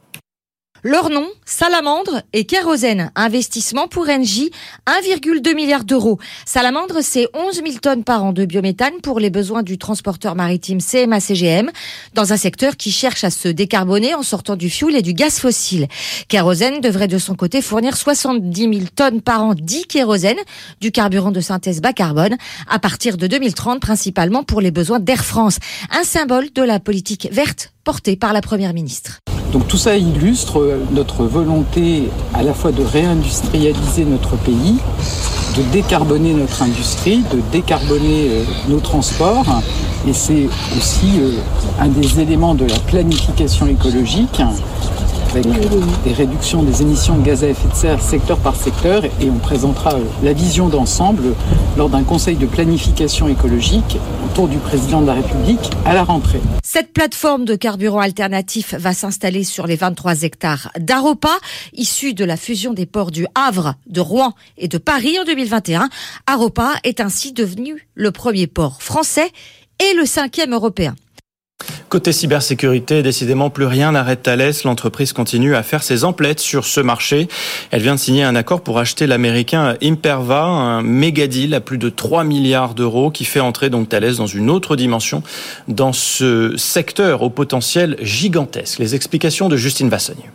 Leur nom, Salamandre et Kérosène. Investissement pour Engie, un virgule deux milliard d'euros. Salamandre, c'est onze mille tonnes par an de biométhane pour les besoins du transporteur maritime C M A C G M, dans un secteur qui cherche à se décarboner en sortant du fioul et du gaz fossile. Kérosène devrait de son côté fournir soixante-dix mille tonnes par an d'e-kérosène, du carburant de synthèse bas carbone, à partir de deux mille trente, principalement pour les besoins d'Air France. Un symbole de la politique verte portée par la Première ministre. Donc tout ça illustre notre volonté à la fois de réindustrialiser notre pays, de décarboner notre industrie, de décarboner nos transports. Et c'est aussi un des éléments de la planification écologique, avec des réductions des émissions de gaz à effet de serre secteur par secteur, et on présentera la vision d'ensemble lors d'un conseil de planification écologique autour du président de la République à la rentrée. Cette plateforme de carburant alternatif va s'installer sur les vingt-trois hectares d'Aropa, issus de la fusion des ports du Havre, de Rouen et de Paris en deux mille vingt et un. Aropa est ainsi devenu le premier port français et le cinquième européen. Côté cybersécurité, décidément, plus rien n'arrête Thales. L'entreprise continue à faire ses emplettes sur ce marché. Elle vient de signer un accord pour acheter l'américain Imperva, un méga deal à plus de trois milliards d'euros qui fait entrer donc Thales dans une autre dimension dans ce secteur au potentiel gigantesque. Les explications de Justine Vassogne.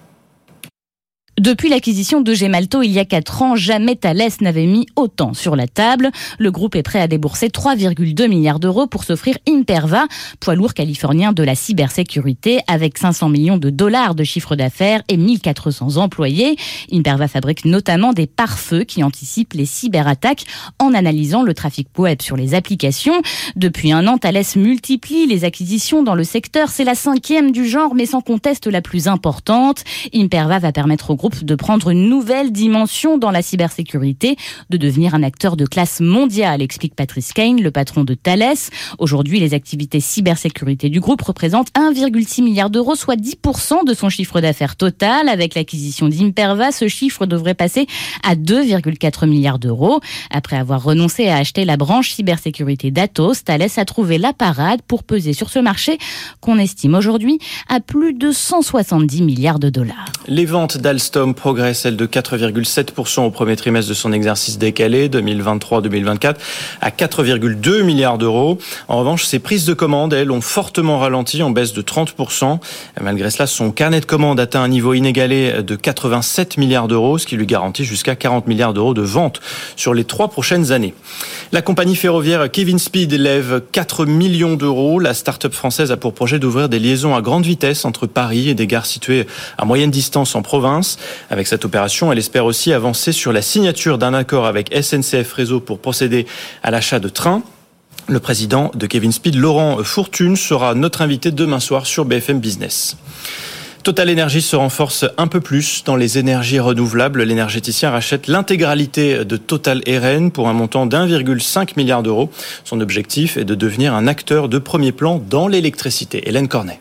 Depuis l'acquisition de Gemalto il y a quatre ans, jamais Thales n'avait mis autant sur la table. Le groupe est prêt à débourser trois virgule deux milliards d'euros pour s'offrir Imperva, poids lourd californien de la cybersécurité avec cinq cents millions de dollars de chiffre d'affaires et mille quatre cents employés. Imperva fabrique notamment des pare-feux qui anticipent les cyberattaques en analysant le trafic web sur les applications. Depuis un an, Thales multiplie les acquisitions dans le secteur. C'est la cinquième du genre, mais sans conteste la plus importante. Imperva va permettre au groupe de prendre une nouvelle dimension dans la cybersécurité, de devenir un acteur de classe mondiale, explique Patrice Kane, le patron de Thales. Aujourd'hui, les activités cybersécurité du groupe représentent un virgule six milliard d'euros, soit dix pour cent de son chiffre d'affaires total. Avec l'acquisition d'Imperva, ce chiffre devrait passer à deux virgule quatre milliards d'euros. Après avoir renoncé à acheter la branche cybersécurité d'Atos, Thales a trouvé la parade pour peser sur ce marché qu'on estime aujourd'hui à plus de cent soixante-dix milliards de dollars. Les ventes d'Alstom progressent, elles, de quatre virgule sept pour cent au premier trimestre de son exercice décalé deux mille vingt-trois deux mille vingt-quatre à quatre virgule deux milliards d'euros. En revanche, ses prises de commandes, elles, ont fortement ralenti en baisse de trente pour cent. Malgré cela, son carnet de commandes atteint un niveau inégalé de quatre-vingt-sept milliards d'euros, ce qui lui garantit jusqu'à quarante milliards d'euros de ventes sur les trois prochaines années. La compagnie ferroviaire Kevin Speed lève quatre millions d'euros. La start-up française a pour projet d'ouvrir des liaisons à grande vitesse entre Paris et des gares situées à moyenne distance en province. Avec cette opération, elle espère aussi avancer sur la signature d'un accord avec S N C F Réseau pour procéder à l'achat de trains. Le président de Kevin Speed, Laurent Fortune, sera notre invité demain soir sur B F M Business. Total Energy se renforce un peu plus dans les énergies renouvelables. L'énergéticien rachète l'intégralité de Total R N pour un montant d'un virgule cinq milliard d'euros. Son objectif est de devenir un acteur de premier plan dans l'électricité. Hélène Cornet.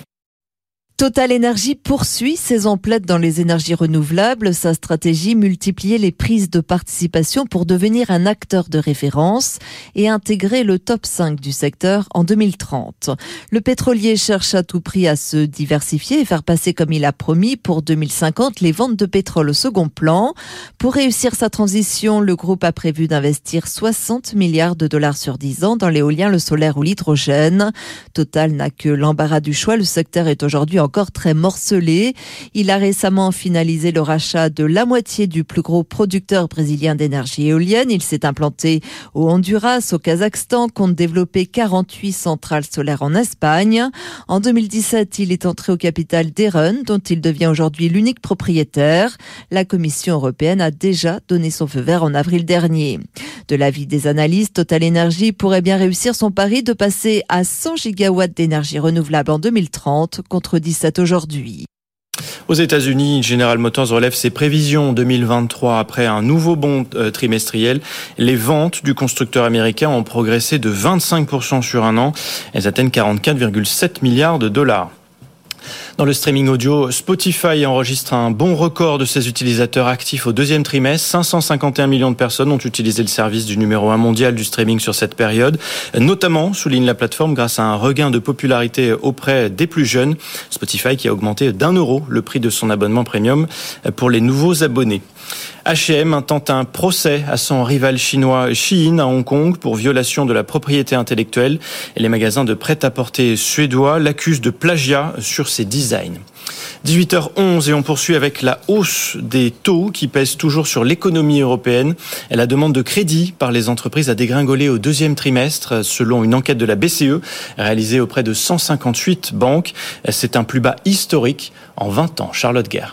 Total Energy poursuit ses emplettes dans les énergies renouvelables. Sa stratégie, multiplier les prises de participation pour devenir un acteur de référence et intégrer le top cinq du secteur en deux mille trente. Le pétrolier cherche à tout prix à se diversifier et faire passer, comme il a promis, pour deux mille cinquante, les ventes de pétrole au second plan. Pour réussir sa transition, le groupe a prévu d'investir soixante milliards de dollars sur dix ans dans l'éolien, le solaire ou l'hydrogène. Total n'a que l'embarras du choix. Le secteur est aujourd'hui en encore très morcelé. Il a récemment finalisé le rachat de la moitié du plus gros producteur brésilien d'énergie éolienne. Il s'est implanté au Honduras, au Kazakhstan, compte développer quarante-huit centrales solaires en Espagne. En deux mille dix-sept, il est entré au capital d'Eren, dont il devient aujourd'hui l'unique propriétaire. La Commission européenne a déjà donné son feu vert en avril dernier. De l'avis des analystes, Total Energy pourrait bien réussir son pari de passer à cent gigawatts d'énergie renouvelable en deux mille trente contre dix-sept aujourd'hui. Aux États-Unis, General Motors relève ses prévisions deux mille vingt-trois après un nouveau bond trimestriel. Les ventes du constructeur américain ont progressé de vingt-cinq pour cent sur un an. Elles atteignent quarante-quatre virgule sept milliards de dollars. Dans le streaming audio, Spotify enregistre un bon record de ses utilisateurs actifs au deuxième trimestre. cinq cent cinquante et un millions de personnes ont utilisé le service du numéro un mondial du streaming sur cette période. Notamment, souligne la plateforme, grâce à un regain de popularité auprès des plus jeunes. Spotify qui a augmenté d'un euro le prix de son abonnement premium pour les nouveaux abonnés. H et M tente un procès à son rival chinois Shein à Hong Kong pour violation de la propriété intellectuelle. Et les magasins de prêt-à-porter suédois l'accusent de plagiat sur ses designs. dix-huit heures onze et on poursuit avec la hausse des taux qui pèse toujours sur l'économie européenne. Et la demande de crédit par les entreprises a dégringolé au deuxième trimestre selon une enquête de la B C E réalisée auprès de cent cinquante-huit banques. C'est un plus bas historique en vingt ans. Charlotte Guerre.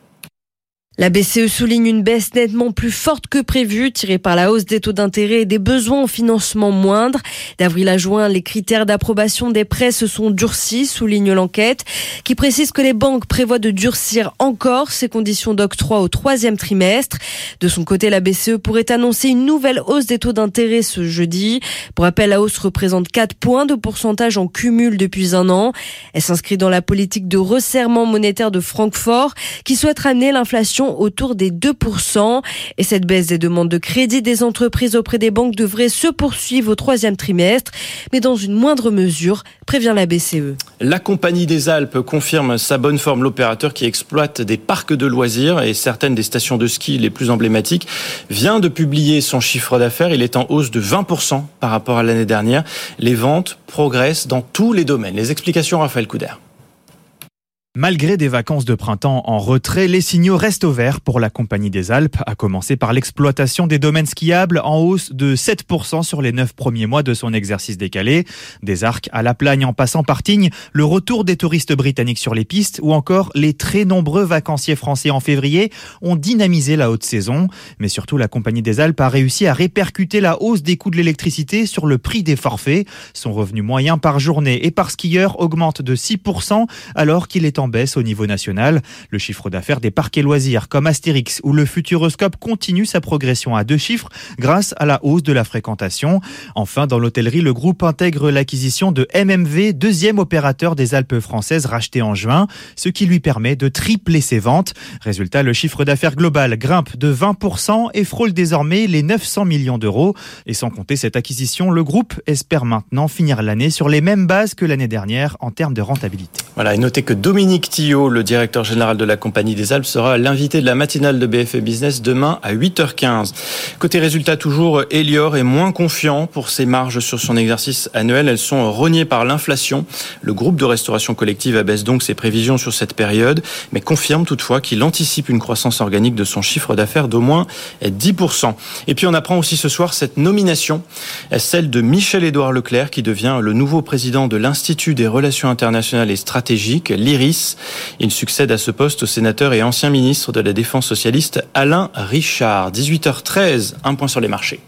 La B C E souligne une baisse nettement plus forte que prévue, tirée par la hausse des taux d'intérêt et des besoins en financement moindres. D'avril à juin, les critères d'approbation des prêts se sont durcis, souligne l'enquête, qui précise que les banques prévoient de durcir encore ces conditions d'octroi au troisième trimestre. De son côté, la B C E pourrait annoncer une nouvelle hausse des taux d'intérêt ce jeudi. Pour rappel, la hausse représente quatre points de pourcentage en cumul depuis un an. Elle s'inscrit dans la politique de resserrement monétaire de Francfort, qui souhaite ramener l'inflation l'inflation autour des deux pour cent. Et cette baisse des demandes de crédit des entreprises auprès des banques devrait se poursuivre au troisième trimestre, mais dans une moindre mesure, prévient la B C E. La Compagnie des Alpes confirme sa bonne forme. L'opérateur qui exploite des parcs de loisirs et certaines des stations de ski les plus emblématiques vient de publier son chiffre d'affaires. Il est en hausse de vingt pour cent par rapport à l'année dernière. Les ventes progressent dans tous les domaines. Les explications, Raphaël Couder. Malgré des vacances de printemps en retrait, les signaux restent au vert pour la Compagnie des Alpes, à commencer par l'exploitation des domaines skiables en hausse de sept pour cent sur les neuf premiers mois de son exercice décalé. Des Arcs à La Plagne en passant par Tignes, le retour des touristes britanniques sur les pistes ou encore les très nombreux vacanciers français en février ont dynamisé la haute saison. Mais surtout, la Compagnie des Alpes a réussi à répercuter la hausse des coûts de l'électricité sur le prix des forfaits. Son revenu moyen par journée et par skieur augmente de six pour cent alors qu'il est en baisse au niveau national. Le chiffre d'affaires des parcs et loisirs comme Astérix ou le Futuroscope continue sa progression à deux chiffres grâce à la hausse de la fréquentation. Enfin, dans l'hôtellerie, le groupe intègre l'acquisition de M M V, deuxième opérateur des Alpes françaises racheté en juin, ce qui lui permet de tripler ses ventes. Résultat, le chiffre d'affaires global grimpe de vingt pour cent et frôle désormais les neuf cents millions d'euros. Et sans compter cette acquisition, le groupe espère maintenant finir l'année sur les mêmes bases que l'année dernière en termes de rentabilité. Voilà, et notez que Dominique Tillot, le directeur général de la Compagnie des Alpes, sera l'invité de la matinale de B F M Business demain à huit heures quinze. Côté résultat, toujours, Elior est moins confiant pour ses marges sur son exercice annuel. Elles sont rognées par l'inflation. Le groupe de restauration collective abaisse donc ses prévisions sur cette période, mais confirme toutefois qu'il anticipe une croissance organique de son chiffre d'affaires d'au moins dix pour cent. Et puis on apprend aussi ce soir cette nomination, celle de Michel-Édouard Leclerc, qui devient le nouveau président de l'Institut des Relations Internationales et Stratégiques, l'I R I S. Il succède à ce poste au sénateur et ancien ministre de la Défense socialiste Alain Richard. dix-huit heures treize, un point sur les marchés.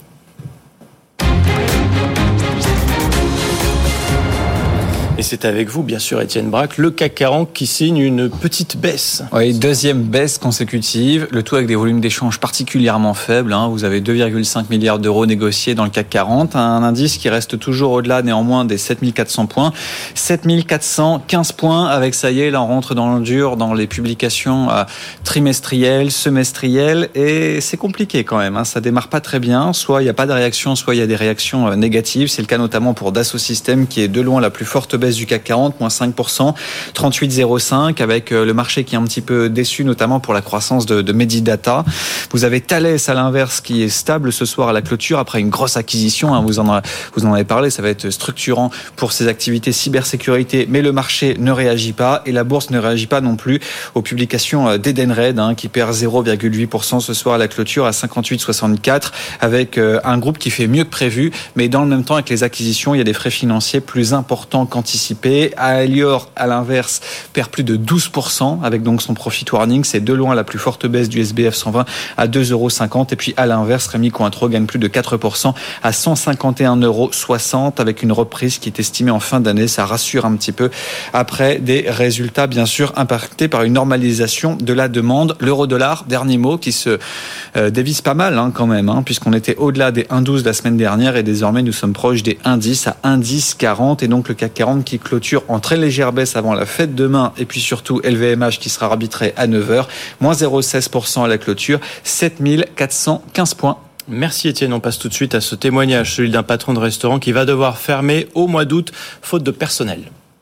Et c'est avec vous, bien sûr, Étienne Braque, le C A C quarante qui signe une petite baisse. Oui, deuxième baisse consécutive, le tout avec des volumes d'échange particulièrement faibles. Hein. Vous avez deux virgule cinq milliards d'euros négociés dans le C A C quarante, un indice qui reste toujours au-delà néanmoins des sept mille quatre cents points. sept mille quatre cent quinze points, avec ça y est, là on rentre dans le dur, dans les publications euh, trimestrielles, semestrielles, et c'est compliqué quand même. Hein. Ça démarre pas très bien, soit il n'y a pas de réaction, soit il y a des réactions euh, négatives. C'est le cas notamment pour Dassault Systèmes, qui est de loin la plus forte baisse du C A C quarante, moins cinq pour cent, trente-huit virgule zéro cinq, avec le marché qui est un petit peu déçu, notamment pour la croissance de, de Medidata. Vous avez Thales à l'inverse qui est stable ce soir à la clôture après une grosse acquisition. Hein, vous, en, vous en avez parlé, ça va être structurant pour ses activités cybersécurité, mais le marché ne réagit pas et la bourse ne réagit pas non plus aux publications d'Edenred, hein, qui perd zéro virgule huit pour cent ce soir à la clôture à cinquante-huit virgule soixante-quatre, avec un groupe qui fait mieux que prévu, mais dans le même temps avec les acquisitions, il y a des frais financiers plus importants qu'anticipés. Elior, à l'inverse, perd plus de douze pour cent avec donc son profit warning. C'est de loin la plus forte baisse du S B F cent vingt à deux euros cinquante. Et puis à l'inverse, Rémi Cointreau gagne plus de quatre pour cent à cent cinquante et un euros soixante avec une reprise qui est estimée en fin d'année. Ça rassure un petit peu après des résultats bien sûr impactés par une normalisation de la demande. L'euro-dollar, dernier mot, qui se euh, dévisse pas mal hein, quand même, hein, puisqu'on était au-delà des un virgule douze la semaine dernière et désormais nous sommes proches des un virgule dix à un virgule dix quarante. Et donc le C A C quarante qui clôture en très légère baisse avant la fête demain, et puis surtout L V M H qui sera arbitré à neuf heures, moins zéro virgule seize pour cent à la clôture, sept mille quatre cent quinze points. Merci Étienne, on passe tout de suite à ce témoignage, celui d'un patron de restaurant qui va devoir fermer au mois d'août, faute de personnel.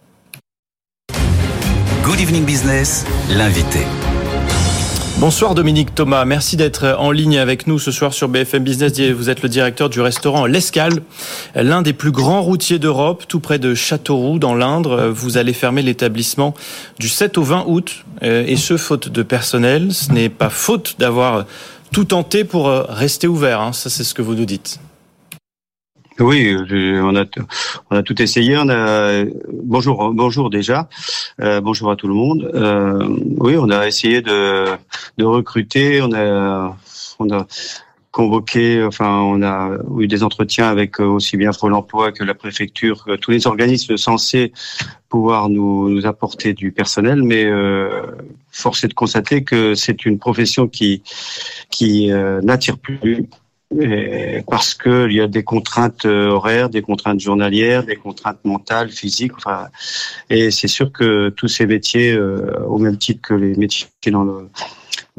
Good Evening Business, l'invité. Bonsoir Dominique Thomas, merci d'être en ligne avec nous ce soir sur B F M Business. Vous êtes le directeur du restaurant L'Escale, l'un des plus grands routiers d'Europe, tout près de Châteauroux dans l'Indre. Vous allez fermer l'établissement du sept au vingt août, et ce faute de personnel. Ce n'est pas faute d'avoir tout tenté pour rester ouvert, hein. Ça c'est ce que vous nous dites. Oui, on a on a tout essayé. On a bonjour bonjour déjà, euh, bonjour à tout le monde. Euh, oui, on a essayé de de recruter. On a on a convoqué, enfin on a eu des entretiens avec aussi bien Pôle Emploi que la préfecture, que tous les organismes censés pouvoir nous, nous apporter du personnel, mais euh, force est de constater que c'est une profession qui qui euh, n'attire plus. Et parce que il y a des contraintes horaires, des contraintes journalières, des contraintes mentales, physiques. Enfin, et c'est sûr que tous ces métiers, euh, au même titre que les métiers dans le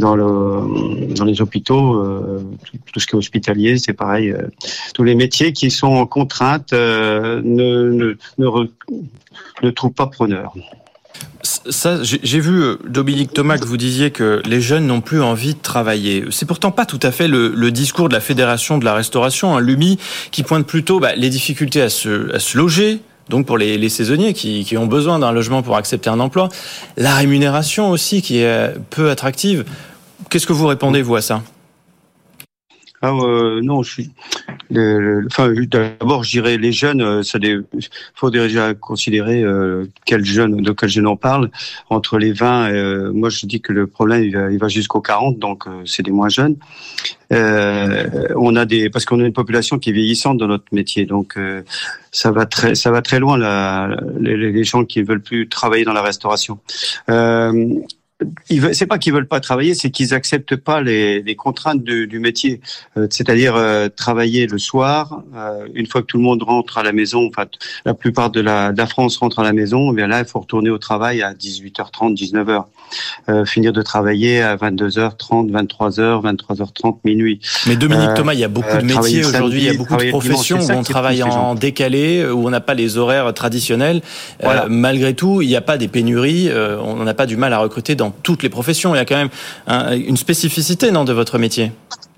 dans le dans les hôpitaux, euh, tout, tout ce qui est hospitalier, c'est pareil. Euh, tous les métiers qui sont en contrainte euh, ne ne ne, re, ne trouvent pas preneur. Ça, j'ai vu, Dominique Thomas, que vous disiez que les jeunes n'ont plus envie de travailler. C'est pourtant pas tout à fait le, le discours de la Fédération de la Restauration, hein, l'U M I, qui pointe plutôt bah, les difficultés à se, à se loger, donc pour les, les saisonniers qui, qui ont besoin d'un logement pour accepter un emploi, la rémunération aussi qui est peu attractive. Qu'est-ce que vous répondez, vous, à ça ? Ah euh, non, je suis. Le, le, enfin, d'abord, je dirais les jeunes. Ça, il faut déjà considérer euh, quel jeune, de quel jeune on parle. Entre les vingt, euh, moi, je dis que le problème il va, il va jusqu'aux quarante, donc euh, c'est des moins jeunes. Euh, on a des, parce qu'on a une population qui est vieillissante dans notre métier, donc euh, ça va très, ça va très loin la, les, les gens qui ne veulent plus travailler dans la restauration. Euh, Ils veulent, c'est pas qu'ils veulent pas travailler, c'est qu'ils acceptent pas les, les contraintes du, du métier. Euh, c'est-à-dire euh, travailler le soir, euh, une fois que tout le monde rentre à la maison. Enfin, la plupart de la, de la France rentre à la maison. Et bien là, il faut retourner au travail à dix-huit heures trente, dix-neuf heures. Euh, finir de travailler à vingt-deux heures trente, vingt-trois heures, vingt-trois heures trente, minuit. Mais Dominique Thomas, il y a beaucoup de métiers aujourd'hui, il y a beaucoup de professions où on travaille en décalé, où on n'a pas les horaires traditionnels. Voilà. Euh, malgré tout, il n'y a pas des pénuries, euh, on n'a pas du mal à recruter dans toutes les professions. Il y a quand même un, une spécificité, non, de votre métier?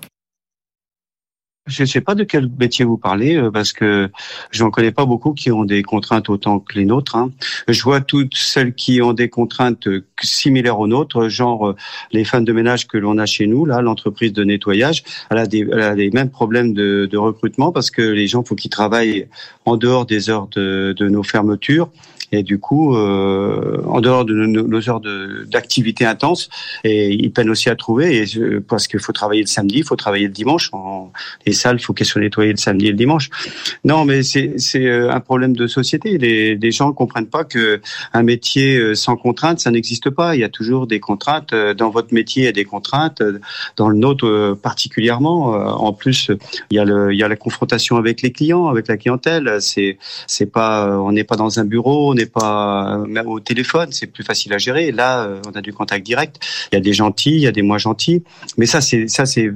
Je ne sais pas de quel métier vous parlez, parce que je n'en connais pas beaucoup qui ont des contraintes autant que les nôtres. Hein. Je vois toutes celles qui ont des contraintes similaires aux nôtres, genre les femmes de ménage que l'on a chez nous, là, l'entreprise de nettoyage, elle a, des, elle a les mêmes problèmes de, de recrutement, parce que les gens, faut qu'ils travaillent en dehors des heures de, de nos fermetures. Et du coup, euh, en dehors de nos, nos heures de, d'activité intense, et ils peinent aussi à trouver, et, parce qu'il faut travailler le samedi, il faut travailler le dimanche. En, les salles, il faut qu'elles soient nettoyées le samedi et le dimanche. Non, mais c'est, c'est un problème de société. Les, les gens ne comprennent pas que un métier sans contrainte, ça n'existe pas. Il y a toujours des contraintes. Dans votre métier, il y a des contraintes. Dans le nôtre, particulièrement. En plus, il y a, le, il y a la confrontation avec les clients, avec la clientèle. C'est, c'est pas, on n'est pas dans un bureau, on n'est pas même au téléphone, c'est plus facile à gérer. Là, on a du contact direct. Il y a des gentils, il y a des moins gentils. Mais ça, c'est ça, c'est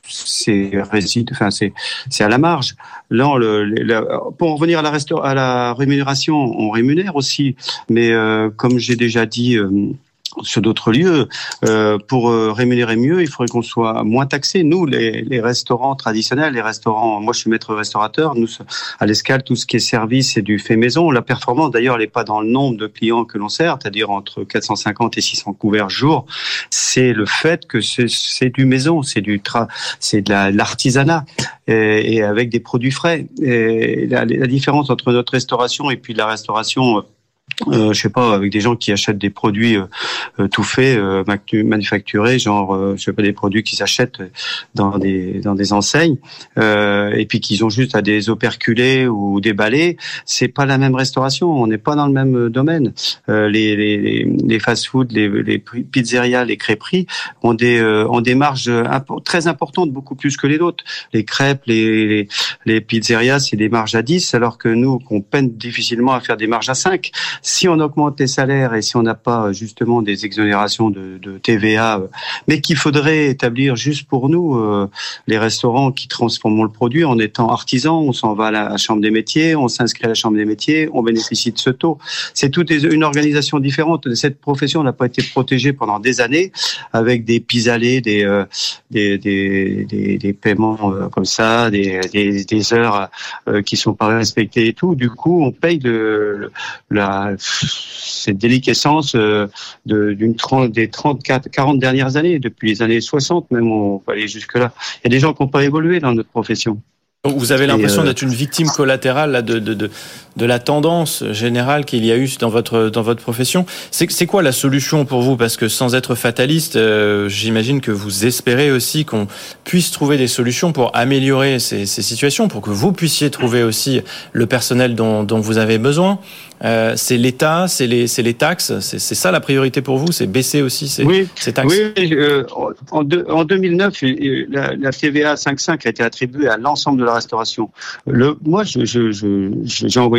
c'est réside. Enfin, c'est c'est à la marge. Là, on le, le, pour en revenir à la resta- à la rémunération, on rémunère aussi. Mais euh, comme j'ai déjà dit. Euh, sur d'autres lieux, euh, pour euh, rémunérer mieux, il faudrait qu'on soit moins taxé. Nous, les, les restaurants traditionnels, les restaurants, moi je suis maître restaurateur, nous, à l'Escale, tout ce qui est service, c'est du fait maison. La performance, d'ailleurs, elle n'est pas dans le nombre de clients que l'on sert, c'est-à-dire entre quatre cent cinquante et six cents couverts jour. C'est le fait que c'est, c'est du maison, c'est du tra, c'est de la, l'artisanat, et, et avec des produits frais. Et la, la différence entre notre restauration et puis la restauration Euh, je sais pas, avec des gens qui achètent des produits euh, tout faits, euh, manufacturés, genre, euh, je sais pas, des produits qu'ils achètent dans des dans des enseignes, euh, et puis qu'ils ont juste à des operculer ou déballer. C'est pas la même restauration. On n'est pas dans le même domaine. Euh, les les les fast-food, les les pizzerias, les crêperies ont des euh, ont des marges impo- très importantes, beaucoup plus que les nôtres. Les crêpes, les les, les pizzerias, c'est des marges à dix, alors que nous, qu'on peine difficilement à faire des marges à cinq. Si on augmente les salaires et si on n'a pas justement des exonérations de, de T V A, mais qu'il faudrait établir juste pour nous, euh, les restaurants qui transforment le produit en étant artisans, on s'en va à la Chambre des métiers, on s'inscrit à la Chambre des métiers, on bénéficie de ce taux. C'est toute une organisation différente. Cette profession n'a pas été protégée pendant des années avec des pis-aller, des, euh, des, des, des, des paiements euh, comme ça, des, des, des heures euh, qui sont pas respectées et tout. Du coup, on paye le, la cette déliquescence euh, de, d'une trente, des trente, quarante dernières années, depuis les années soixante même, on peut aller jusque-là. Il y a des gens qui n'ont pas évolué dans notre profession. Vous avez l'impression euh... d'être une victime collatérale là, de, de, de, de la tendance générale qu'il y a eu dans votre, dans votre profession. C'est, c'est quoi la solution pour vous? Parce que sans être fataliste, euh, j'imagine que vous espérez aussi qu'on puisse trouver des solutions pour améliorer ces, ces situations, pour que vous puissiez trouver aussi le personnel dont, dont vous avez besoin. Euh, c'est l'État, c'est les, c'est les taxes, c'est, c'est ça la priorité pour vous? C'est baisser aussi ces, oui, ces taxes? Oui, euh, en, de, en deux mille neuf, la, la T V A cinq virgule cinq a été attribuée à l'ensemble de la restauration. Le, moi, je, je, je, j'ai envoyé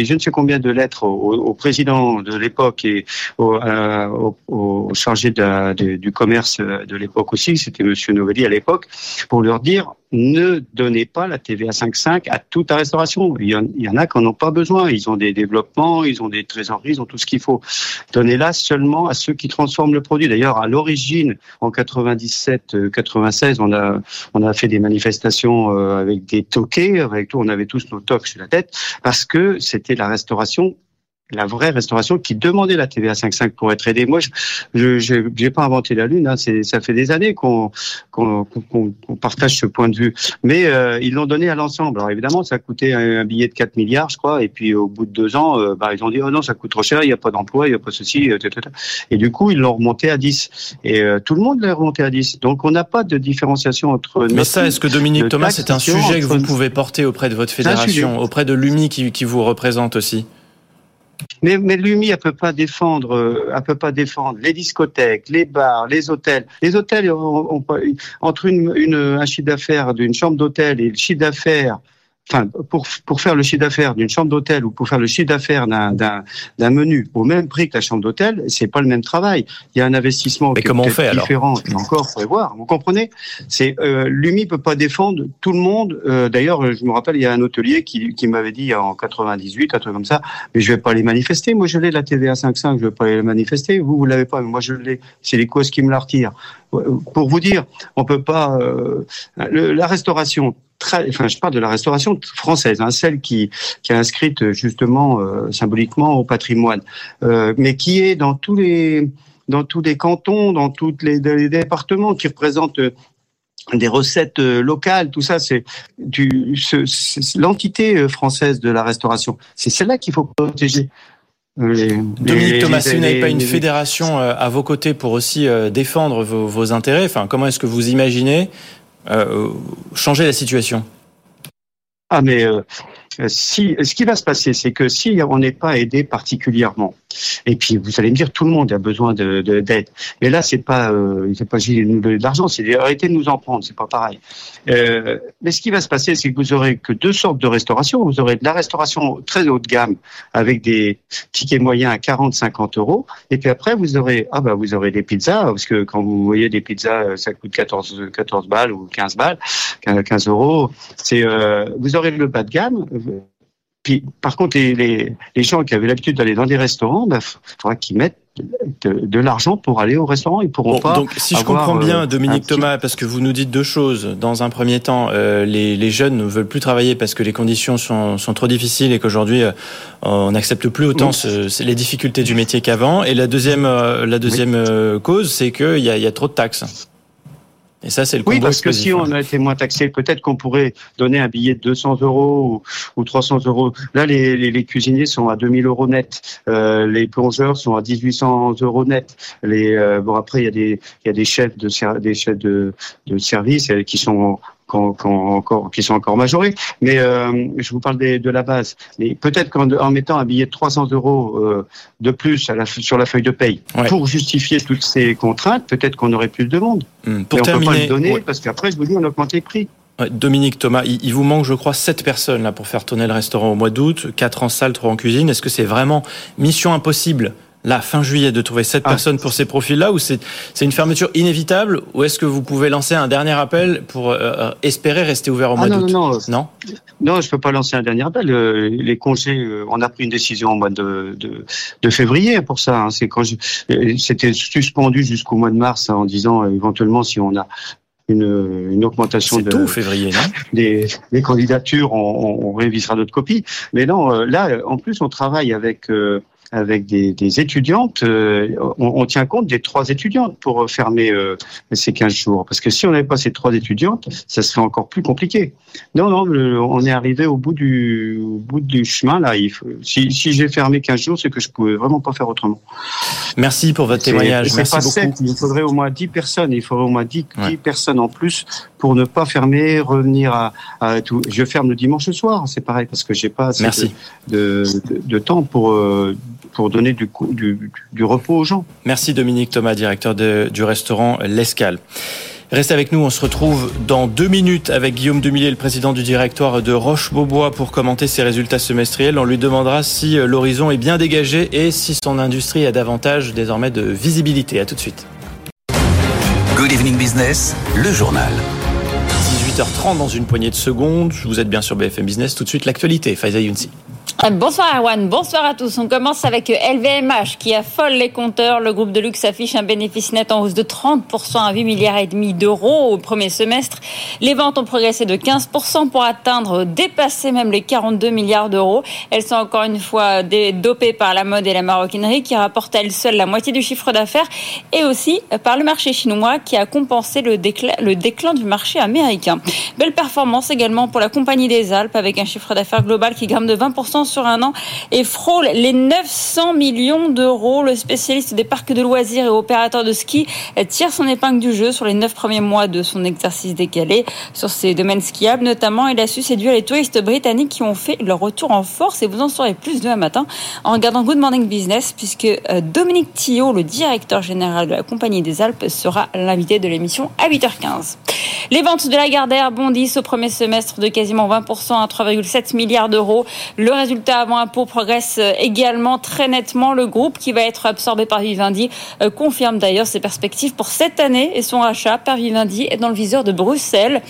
je ne sais combien de lettres au, au président de l'époque et au, euh, au, au chargé de, de, du commerce de l'époque aussi, c'était Monsieur Novelli à l'époque, pour leur dire ne donnez pas la T V A cinq virgule cinq à toute la restauration. Il y en, il y en a qui n'en ont pas besoin. Ils ont des développements, ils ont des trésoreries, ils ont tout ce qu'il faut. Donnez-la seulement à ceux qui transforment le produit. D'ailleurs, à l'origine, en quatre-vingt-dix-sept quatre-vingt-seize, on a on a fait des manifestations avec des toquets, avec tout. On avait tous nos toques sur la tête parce que c'était la restauration. La vraie restauration qui demandait la T V A cinq virgule cinq pour être aidée. Moi, je, je, je j'ai pas inventé la lune. Hein, c'est, ça fait des années qu'on, qu'on, qu'on, qu'on partage ce point de vue. Mais euh, ils l'ont donné à l'ensemble. Alors évidemment, ça a coûté un, un billet de quatre milliards, je crois. Et puis au bout de deux ans, euh, bah ils ont dit oh non, ça coûte trop cher. Il y a pas d'emploi, il y a pas ceci. Euh, et du coup, ils l'ont remonté à dix. Et euh, tout le monde l'a remonté à dix. Donc on n'a pas de différenciation entre. Mais ça, est-ce que Dominique Thomas, c'est un sujet que vous pouvez porter auprès de votre fédération, auprès de l'U M I qui, qui vous représente aussi? Mais, mais l'U M I, elle peut pas défendre, euh, elle peut pas défendre les discothèques, les bars, les hôtels. Les hôtels, on, on, entre une, une, un chiffre d'affaires d'une chambre d'hôtel et le chiffre d'affaires, enfin, pour, pour faire le chiffre d'affaires d'une chambre d'hôtel ou pour faire le chiffre d'affaires d'un, d'un, d'un menu au même prix que la chambre d'hôtel, c'est pas le même travail. Il y a un investissement mais qui comment est on fait, différent. Et encore, faut voir. Vous comprenez? C'est, euh, l'U M I peut pas défendre tout le monde. Euh, d'ailleurs, je me rappelle, il y a un hôtelier qui, qui m'avait dit en quatre-vingt-dix-huit, un truc comme ça, mais je vais pas les manifester. Moi, je l'ai, la T V A cinq virgule cinq, je vais pas les manifester. Vous, vous l'avez pas, mais moi, je l'ai. C'est les causes qui me la retirent. Pour vous dire, on peut pas, euh, le, la restauration, Très, enfin, je parle de la restauration française, hein, celle qui, qui est inscrite justement euh, symboliquement au patrimoine, euh, mais qui est dans tous les dans tous les cantons, dans tous les, les départements, qui représentent euh, des recettes euh, locales. Tout ça, c'est du ce, c'est l'entité française de la restauration. C'est celle-là qu'il faut protéger. Les, Dominique les, Thomas, si vous n'avez pas une les... fédération à vos côtés pour aussi défendre vos, vos intérêts, enfin, comment est-ce que vous imaginez euh, changer la situation? Ah, mais euh, si, ce qui va se passer, c'est que si on n'est pas aidé particulièrement, et puis vous allez me dire, tout le monde a besoin de, de, d'aide. Mais là, c'est pas, euh, c'est pas de l'argent, c'est arrêter de nous en prendre, c'est pas pareil. Euh, mais ce qui va se passer, c'est que vous aurez que deux sortes de restauration. Vous aurez de la restauration très haut de gamme avec des tickets moyens à quarante, cinquante euros. Et puis après, vous aurez, ah bah, vous aurez des pizzas, parce que quand vous voyez des pizzas, ça coûte quatorze, quatorze balles ou quinze balles, quinze euros. C'est, euh, vous aurez le bas de gamme. Puis, par contre, les, les, les gens qui avaient l'habitude d'aller dans des restaurants, il bah, faudra qu'ils mettent de, de l'argent pour aller au restaurant. Ils pourront bon, pas. Donc, si je comprends bien, euh, Dominique petit... Thomas, parce que vous nous dites deux choses. Dans un premier temps, euh, les, les jeunes ne veulent plus travailler parce que les conditions sont, sont trop difficiles et qu'aujourd'hui, euh, on n'accepte plus autant oui. ce, les difficultés du métier qu'avant. Et la deuxième, euh, la deuxième oui. euh, cause, c'est qu'il y a, il y a trop de taxes. Et ça, c'est le combo Oui, parce explosif. que si on a été moins taxé, peut-être qu'on pourrait donner un billet de deux cents euros ou, ou trois cents euros. Là, les, les, les cuisiniers sont à deux mille euros net. Euh, les plongeurs sont à dix-huit cents euros net. Les, euh, bon, après, il y a des, il y a des chefs de, des chefs de, de service qui sont Quand, quand, encore, qui sont encore majorés, mais euh, je vous parle des, de la base. Mais peut-être qu'en en mettant un billet de trois cents euros euh, de plus à la, sur la feuille de paye ouais. pour justifier toutes ces contraintes, peut-être qu'on aurait plus de monde. Mmh. Pour mais terminer, on peut pas le donner ouais. parce qu'après, je vous dis, on a augmenté le prix. Ouais, Dominique Thomas, il, il vous manque, je crois, sept personnes là pour faire tourner le restaurant au mois d'août, quatre en salle, trois en cuisine. Est-ce que c'est vraiment mission impossible? Là, fin juillet, de trouver sept ah. personnes pour ces profils-là, ou c'est, c'est une fermeture inévitable, ou est-ce que vous pouvez lancer un dernier appel pour euh, espérer rester ouvert au mois ah, non, d'août? Non, non, non. Non, je peux pas lancer un dernier appel. Euh, les congés, euh, on a pris une décision au mois de, de, de février pour ça. Hein. C'est quand je, c'était suspendu jusqu'au mois de mars hein, en disant euh, éventuellement si on a une, une augmentation c'est de tout, février, non des, des candidatures, on, on, on révisera notre copie. Mais non, euh, là, en plus, on travaille avec euh, avec des, des étudiantes, euh, on, on tient compte des trois étudiantes pour fermer euh, ces quinze jours. Parce que si on n'avait pas ces trois étudiantes, ça serait encore plus compliqué. Non, non, le, on est arrivé au bout du, au bout du chemin. Là, il faut, si, si j'ai fermé quinze jours, c'est que je pouvais vraiment pas faire autrement. Merci pour votre témoignage. C'est, Merci pas beaucoup. sept, il faudrait au moins dix personnes. Il faudrait au moins dix, ouais. dix personnes en plus pour ne pas fermer, revenir à, à tout. Je ferme le dimanche soir, c'est pareil, parce que j'ai pas assez Merci. De, de, de, de temps pour... Euh, pour donner du, du, du repos aux gens. Merci Dominique Thomas, directeur de, du restaurant L'Escale. Restez avec nous, on se retrouve dans deux minutes avec Guillaume Demillier, le président du directoire de Roche-Beaubois, pour commenter ses résultats semestriels. On lui demandera si l'horizon est bien dégagé et si son industrie a davantage désormais de visibilité. À tout de suite. Good Evening Business, le journal. dix-huit heures trente dans une poignée de secondes. Vous êtes bien sur B F M Business. Tout de suite, l'actualité. Faiza Younsi. Bonsoir Erwan, bonsoir à tous. On commence avec L V M H qui affole les compteurs. Le groupe de luxe affiche un bénéfice net en hausse de trente pour cent à huit milliards et demi d'euros au premier semestre. Les ventes ont progressé de quinze pour cent pour atteindre, dépasser même les quarante-deux milliards d'euros. Elles sont encore une fois dopées par la mode et la maroquinerie qui rapportent à elles seules la moitié du chiffre d'affaires et aussi par le marché chinois qui a compensé le déclin, le déclin du marché américain. Belle performance également pour la Compagnie des Alpes avec un chiffre d'affaires global qui grimpe de vingt pour cent sur un an et frôle les neuf cents millions d'euros. Le spécialiste des parcs de loisirs et opérateur de ski tire son épingle du jeu sur les neuf premiers mois de son exercice décalé. Sur ces domaines skiables notamment, il a su séduire les touristes britanniques qui ont fait leur retour en force et vous en saurez plus demain matin en regardant Good Morning Business puisque Dominique Thillot, le directeur général de la Compagnie des Alpes, sera l'invité de l'émission à huit heures quinze. Les ventes de Lagardère bondissent au premier semestre de quasiment vingt pour cent à trois virgule sept milliards d'euros. Le résultat avant impôt progresse également très nettement. Le groupe qui va être absorbé par Vivendi confirme d'ailleurs ses perspectives pour cette année et son rachat par Vivendi est dans le viseur de Bruxelles.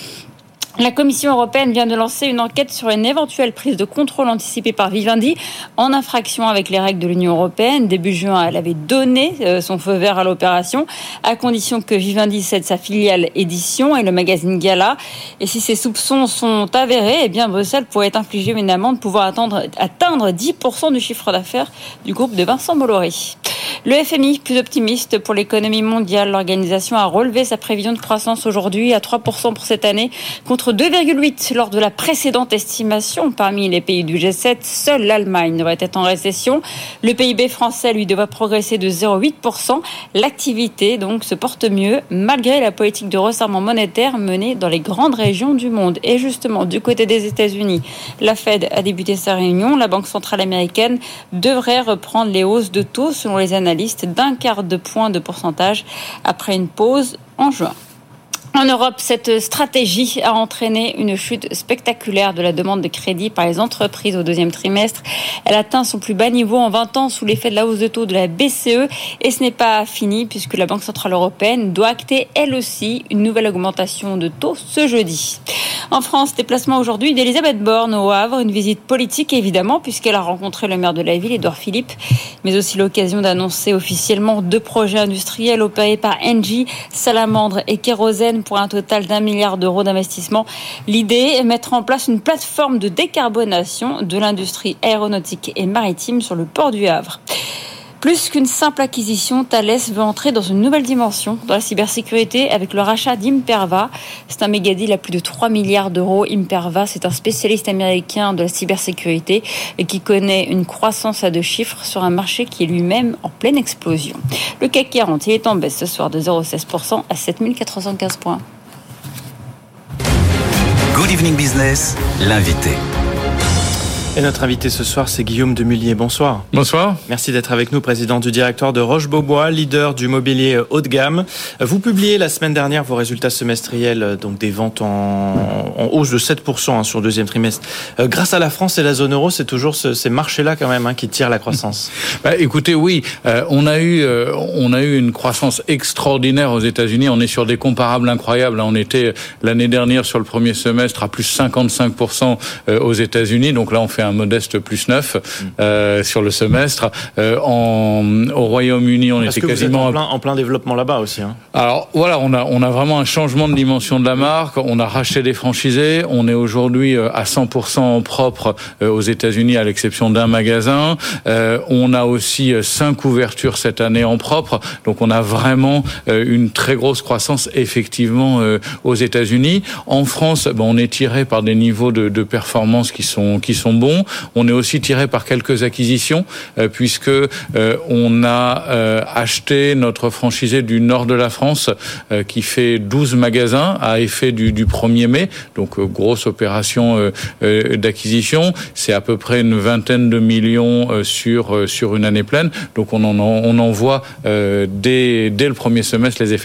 La Commission européenne vient de lancer une enquête sur une éventuelle prise de contrôle anticipée par Vivendi en infraction avec les règles de l'Union européenne. Début juin, elle avait donné son feu vert à l'opération, à condition que Vivendi cède sa filiale édition et le magazine Gala. Et si ces soupçons sont avérés, eh bien Bruxelles pourrait infliger une amende pouvant atteindre, atteindre dix pour cent du chiffre d'affaires du groupe de Vincent Bolloré. Le F M I, plus optimiste pour l'économie mondiale. L'organisation a relevé sa prévision de croissance aujourd'hui à trois pour cent pour cette année, contre deux virgule huit lors de la précédente estimation. Parmi les pays du G sept, seule l'Allemagne devrait être en récession. Le P I B français, lui, devrait progresser de zéro virgule huit pour cent. L'activité, donc, se porte mieux, malgré la politique de resserrement monétaire menée dans les grandes régions du monde. Et justement, du côté des États-Unis, la Fed a débuté sa réunion. La Banque centrale américaine devrait reprendre les hausses de taux, selon les analystes, d'un quart de point de pourcentage après une pause en juin. En Europe, cette stratégie a entraîné une chute spectaculaire de la demande de crédit par les entreprises au deuxième trimestre. Elle atteint son plus bas niveau en vingt ans sous l'effet de la hausse de taux de la B C E. Et ce n'est pas fini puisque la Banque centrale européenne doit acter elle aussi une nouvelle augmentation de taux ce jeudi. En France, déplacement aujourd'hui d'Elisabeth Borne au Havre, une visite politique évidemment puisqu'elle a rencontré le maire de la ville, Édouard Philippe, mais aussi l'occasion d'annoncer officiellement deux projets industriels opérés par Engie, Salamandre et Kérosène pour un total d'un milliard d'euros d'investissement. L'idée est de mettre en place une plateforme de décarbonation de l'industrie aéronautique et maritime sur le port du Havre. Plus qu'une simple acquisition, Thales veut entrer dans une nouvelle dimension dans la cybersécurité avec le rachat d'Imperva. C'est un méga deal à plus de trois milliards d'euros. Imperva, c'est un spécialiste américain de la cybersécurité et qui connaît une croissance à deux chiffres sur un marché qui est lui-même en pleine explosion. Le C A C quarante, il est en baisse ce soir de zéro virgule seize pour cent à sept mille quatre cent quinze points. Good Evening Business, l'invité. Et notre invité ce soir, c'est Guillaume Demillier. Bonsoir. Bonsoir. Merci d'être avec nous, président du directoire de Roche-Beaubois, leader du mobilier haut de gamme. Vous publiez la semaine dernière vos résultats semestriels, donc des ventes en, en hausse de sept pour cent hein, sur le deuxième trimestre. Euh, grâce à la France et la zone euro, c'est toujours ce, ces marchés-là quand même hein, qui tirent la croissance. Bah, écoutez, oui, euh, on a eu, euh, on a eu une croissance extraordinaire aux États-Unis. On est sur des comparables incroyables. On était l'année dernière sur le premier semestre à plus cinquante-cinq pour cent aux États-Unis. Donc là, on fait un modeste plus neuf euh, sur le semestre. Euh, en, au Royaume-Uni, on Parce était que quasiment vous êtes en plein, en plein développement là-bas aussi. Hein. Alors voilà, on a on a vraiment un changement de dimension de la marque. On a racheté des franchisés. On est aujourd'hui à cent pour cent en propre aux États-Unis, à l'exception d'un magasin. Euh, on a aussi cinq ouvertures cette année en propre. Donc on a vraiment une très grosse croissance effectivement aux États-Unis. En France, ben, on est tiré par des niveaux de, de performance qui sont qui sont bons. On est aussi tiré par quelques acquisitions euh, puisque euh, on a euh, acheté notre franchisé du nord de la France euh, qui fait douze magasins à effet du, du premier mai. Donc euh, grosse opération euh, euh, d'acquisition. C'est à peu près une vingtaine de millions euh, sur euh, sur une année pleine. Donc on en on en voit euh, dès dès le premier semestre les effets.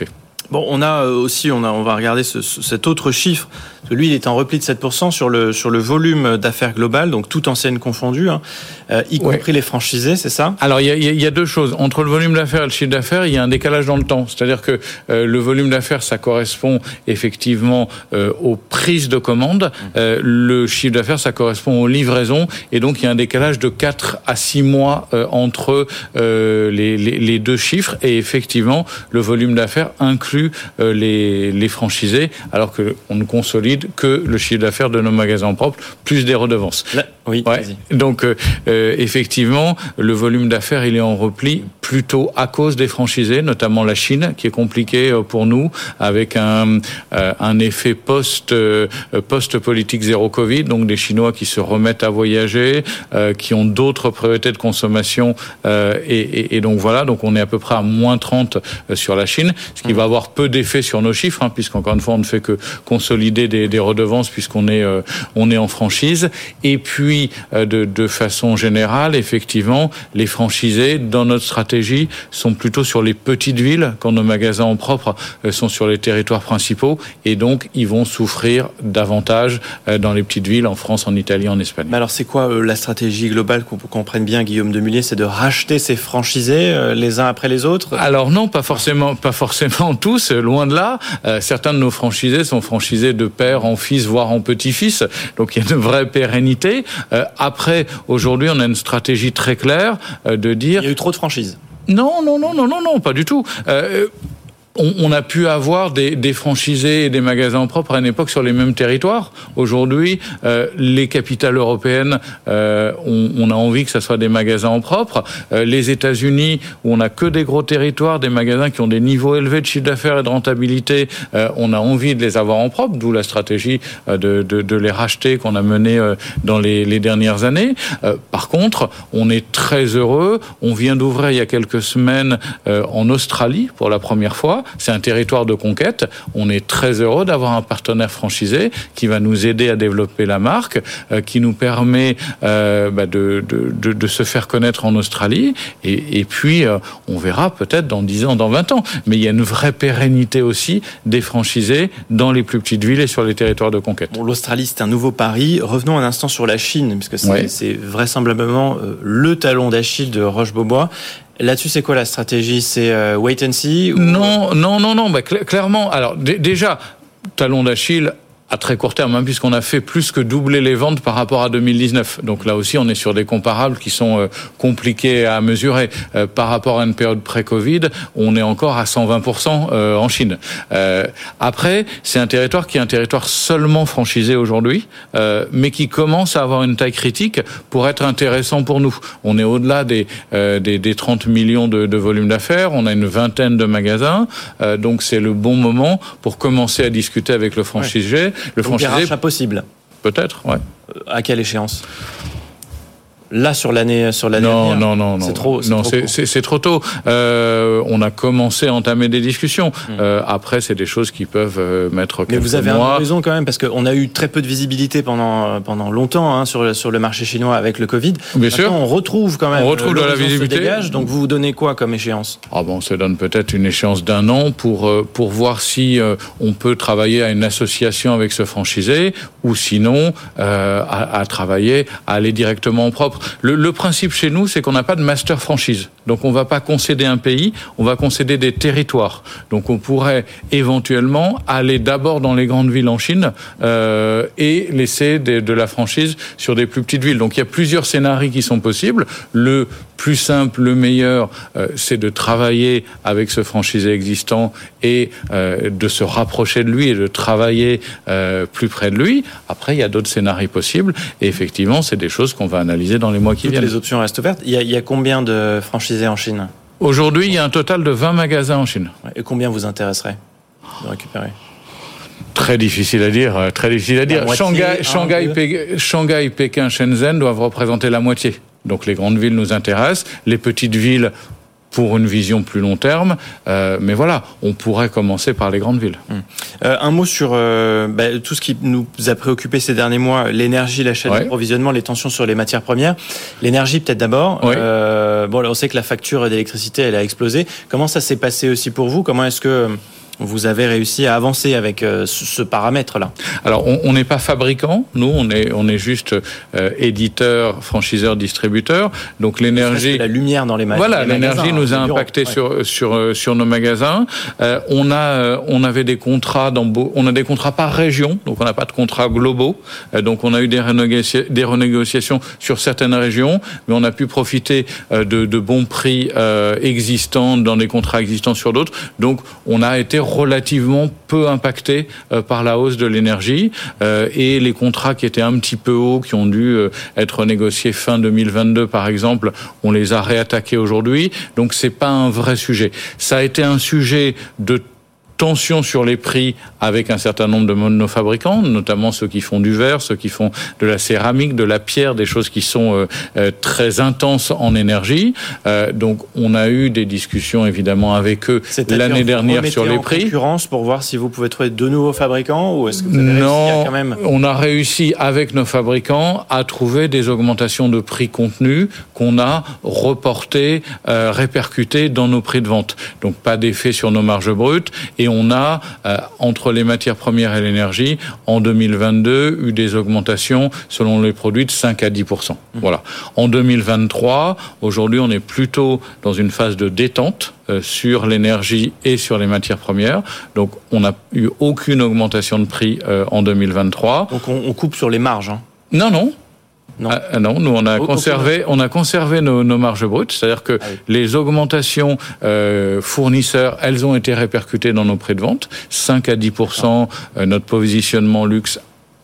Bon, on a aussi, on, a, on va regarder ce, ce, cet autre chiffre. Lui, il est en repli de sept pour cent sur le, sur le volume d'affaires global, donc toute enseigne confondue, hein, euh, y compris ouais. les franchisés, c'est ça ? Alors, il y, a, il y a deux choses. Entre le volume d'affaires et le chiffre d'affaires, il y a un décalage dans le temps. C'est-à-dire que euh, le volume d'affaires, ça correspond effectivement euh, aux prises de commandes. Euh, le chiffre d'affaires, ça correspond aux livraisons. Et donc, il y a un décalage de quatre à six mois euh, entre euh, les, les, les deux chiffres. Et effectivement, le volume d'affaires inclut euh, les, les franchisés, alors qu'on ne consolide que le chiffre d'affaires de nos magasins propres, plus des redevances. Là, oui, ouais. Donc, euh, effectivement, le volume d'affaires, il est en repli plutôt à cause des franchisés, notamment la Chine, qui est compliquée pour nous, avec un, euh, un effet post, euh, post-politique zéro Covid, donc des Chinois qui se remettent à voyager, euh, qui ont d'autres priorités de consommation, euh, et, et, et donc voilà, donc on est à peu près à moins trente sur la Chine, ce qui mmh. va avoir peu d'effet sur nos chiffres, hein, puisqu'encore une fois, on ne fait que consolider des des redevances puisqu'on est euh, on est en franchise. Et puis euh, de de façon générale, effectivement, les franchisés dans notre stratégie sont plutôt sur les petites villes quand nos magasins en propre euh, sont sur les territoires principaux, et donc ils vont souffrir davantage euh, dans les petites villes en France, en Italie, en Espagne. Mais alors c'est quoi euh, la stratégie globale qu'on comprenne bien, Guillaume Demullier, c'est de racheter ces franchisés euh, les uns après les autres ? Alors non, pas forcément pas forcément tous, loin de là. Euh, certains de nos franchisés sont franchisés de père en fils, voire en petit-fils. Donc, il y a une vraie pérennité. Euh, après, aujourd'hui, on a une stratégie très claire euh, de dire... Il y a eu trop de franchises. Non, non, non, non, non, non, pas du tout. Euh, On, on a pu avoir des, des franchisés et des magasins propres à une époque sur les mêmes territoires. Aujourd'hui, euh, les capitales européennes, euh, on, on a envie que ça soit des magasins en propre. Euh, les États-Unis, où on a que des gros territoires, des magasins qui ont des niveaux élevés de chiffre d'affaires et de rentabilité, euh, on a envie de les avoir en propre, d'où la stratégie euh, de, de, de les racheter qu'on a menée euh, dans les, les dernières années. Euh, par contre, on est très heureux. On vient d'ouvrir il y a quelques semaines euh, en Australie pour la première fois. C'est un territoire de conquête. On est très heureux d'avoir un partenaire franchisé qui va nous aider à développer la marque, euh, qui nous permet euh, bah de, de, de, de se faire connaître en Australie. Et, et puis, euh, on verra peut-être dans dix ans, dans vingt ans. Mais il y a une vraie pérennité aussi des franchisés dans les plus petites villes et sur les territoires de conquête. Bon, l'Australie, c'est un nouveau pari. Revenons un instant sur la Chine, puisque c'est, ouais. c'est vraisemblablement euh, le talon d'Achille de Roche-Beaubois. Là-dessus, c'est quoi la stratégie ? C'est euh, wait and see ou... Non, non, non, non. Bah, cl- clairement, alors d- déjà, talon d'Achille à très court terme, hein, puisqu'on a fait plus que doubler les ventes par rapport à deux mille dix-neuf. Donc là aussi, on est sur des comparables qui sont euh, compliqués à mesurer. Euh, par rapport à une période pré-Covid, on est encore à cent vingt pour cent euh, en Chine. Euh, après, c'est un territoire qui est un territoire seulement franchisé aujourd'hui, euh, mais qui commence à avoir une taille critique pour être intéressant pour nous. On est au-delà des, euh, des, des trente millions de, de volume d'affaires, on a une vingtaine de magasins, euh, donc c'est le bon moment pour commencer à discuter avec le franchisé. Ouais. Le franchisé, donc, des rachats possibles. Peut-être, ouais. À quelle échéance ? Là, sur l'année, sur l'année non, à venir, non, non, non, c'est trop, c'est non, trop c'est, c'est, c'est trop tôt. Euh, on a commencé à entamer des discussions. Mmh. Euh, après, c'est des choses qui peuvent euh, mettre quelques mois. Mais vous avez un raison quand même, parce qu'on a eu très peu de visibilité pendant pendant longtemps hein, sur sur le marché chinois avec le Covid. Bien Maintenant, sûr. On retrouve quand même. On retrouve de la visibilité. Dégage, donc vous vous donnez quoi comme échéance ? Ah bon, ça donne peut-être une échéance d'un an pour pour voir si euh, on peut travailler à une association avec ce franchisé, ou sinon euh, à, à travailler, à aller directement en propre. Le, le principe chez nous, c'est qu'on n'a pas de master franchise. Donc, on ne va pas concéder un pays, on va concéder des territoires. Donc, on pourrait éventuellement aller d'abord dans les grandes villes en Chine euh, et laisser des, de la franchise sur des plus petites villes. Donc, il y a plusieurs scénarios qui sont possibles. Le plus simple, le meilleur, euh, c'est de travailler avec ce franchisé existant et euh, de se rapprocher de lui et de travailler euh, plus près de lui. Après, il y a d'autres scénarios possibles. Et effectivement, c'est des choses qu'on va analyser dans les mois qui Toutes viennent. Les options restent ouvertes. Il y a, il y a combien de franchisés en Chine ? Aujourd'hui, il y a un total de vingt magasins en Chine. Et combien vous intéresserait de récupérer ? Très difficile à dire, très difficile à dire. Moitié, Shanghai, un, Shanghai, Pékin, Shanghai, Pékin, Shenzhen doivent représenter la moitié. Donc les grandes villes nous intéressent, les petites villes pour une vision plus long terme, euh, mais voilà, on pourrait commencer par les grandes villes. Hum. Euh, un mot sur euh, bah, tout ce qui nous a préoccupé ces derniers mois, l'énergie, la chaîne ouais. d'approvisionnement, les tensions sur les matières premières. L'énergie peut-être d'abord. Ouais. Euh, bon, on sait que la facture d'électricité, elle a explosé. Comment ça s'est passé aussi pour vous ? Comment est-ce que vous avez réussi à avancer avec euh, ce paramètre-là. Alors, on n'est pas fabricant, nous, on est, on est juste euh, éditeur, franchiseur, distributeur. Donc, l'énergie... la lumière dans les, ma- voilà, les magasins. Voilà, l'énergie nous a impacté ouais. sur, sur, sur nos magasins. Euh, on, a, on avait des contrats, dans beau, on a des contrats par région, donc on n'a pas de contrats globaux. Euh, donc, on a eu des, renégocia- des renégociations sur certaines régions, mais on a pu profiter euh, de, de bons prix euh, existants dans les contrats existants sur d'autres. Donc, on a été relativement peu impacté euh, par la hausse de l'énergie euh, et les contrats qui étaient un petit peu hauts, qui ont dû euh, être négociés fin deux mille vingt-deux par exemple, on les a réattaqués aujourd'hui. Donc c'est pas un vrai sujet. Ça a été un sujet de tension sur les prix avec un certain nombre de monofabricants, notamment ceux qui font du verre, ceux qui font de la céramique, de la pierre, des choses qui sont euh, euh, très intenses en énergie. Euh, donc on a eu des discussions évidemment avec eux C'est-à-dire l'année dernière sur les prix. Concurrence pour voir si vous pouvez trouver de nouveaux fabricants ou est-ce que vous avez non, réussi à quand même... on a réussi avec nos fabricants à trouver des augmentations de prix contenus qu'on a reportées, euh, répercutées dans nos prix de vente. Donc pas d'effet sur nos marges brutes. Et on a, euh, entre les matières premières et l'énergie, en deux mille vingt-deux, eu des augmentations, selon les produits, de cinq à dix pour cent. Mmh. Voilà. En deux mille vingt-trois, aujourd'hui, on est plutôt dans une phase de détente euh, sur l'énergie et sur les matières premières. Donc, on n'a eu aucune augmentation de prix euh, en deux mille vingt-trois. Donc, on, on coupe sur les marges, hein. Non, non. Non. Ah, non, nous on a oh, conservé, okay. on a conservé nos, nos marges brutes, c'est-à-dire que ah oui. les augmentations euh, fournisseurs, elles ont été répercutées dans nos prix de vente, cinq à dix pour cent. Ah. Euh, notre positionnement luxe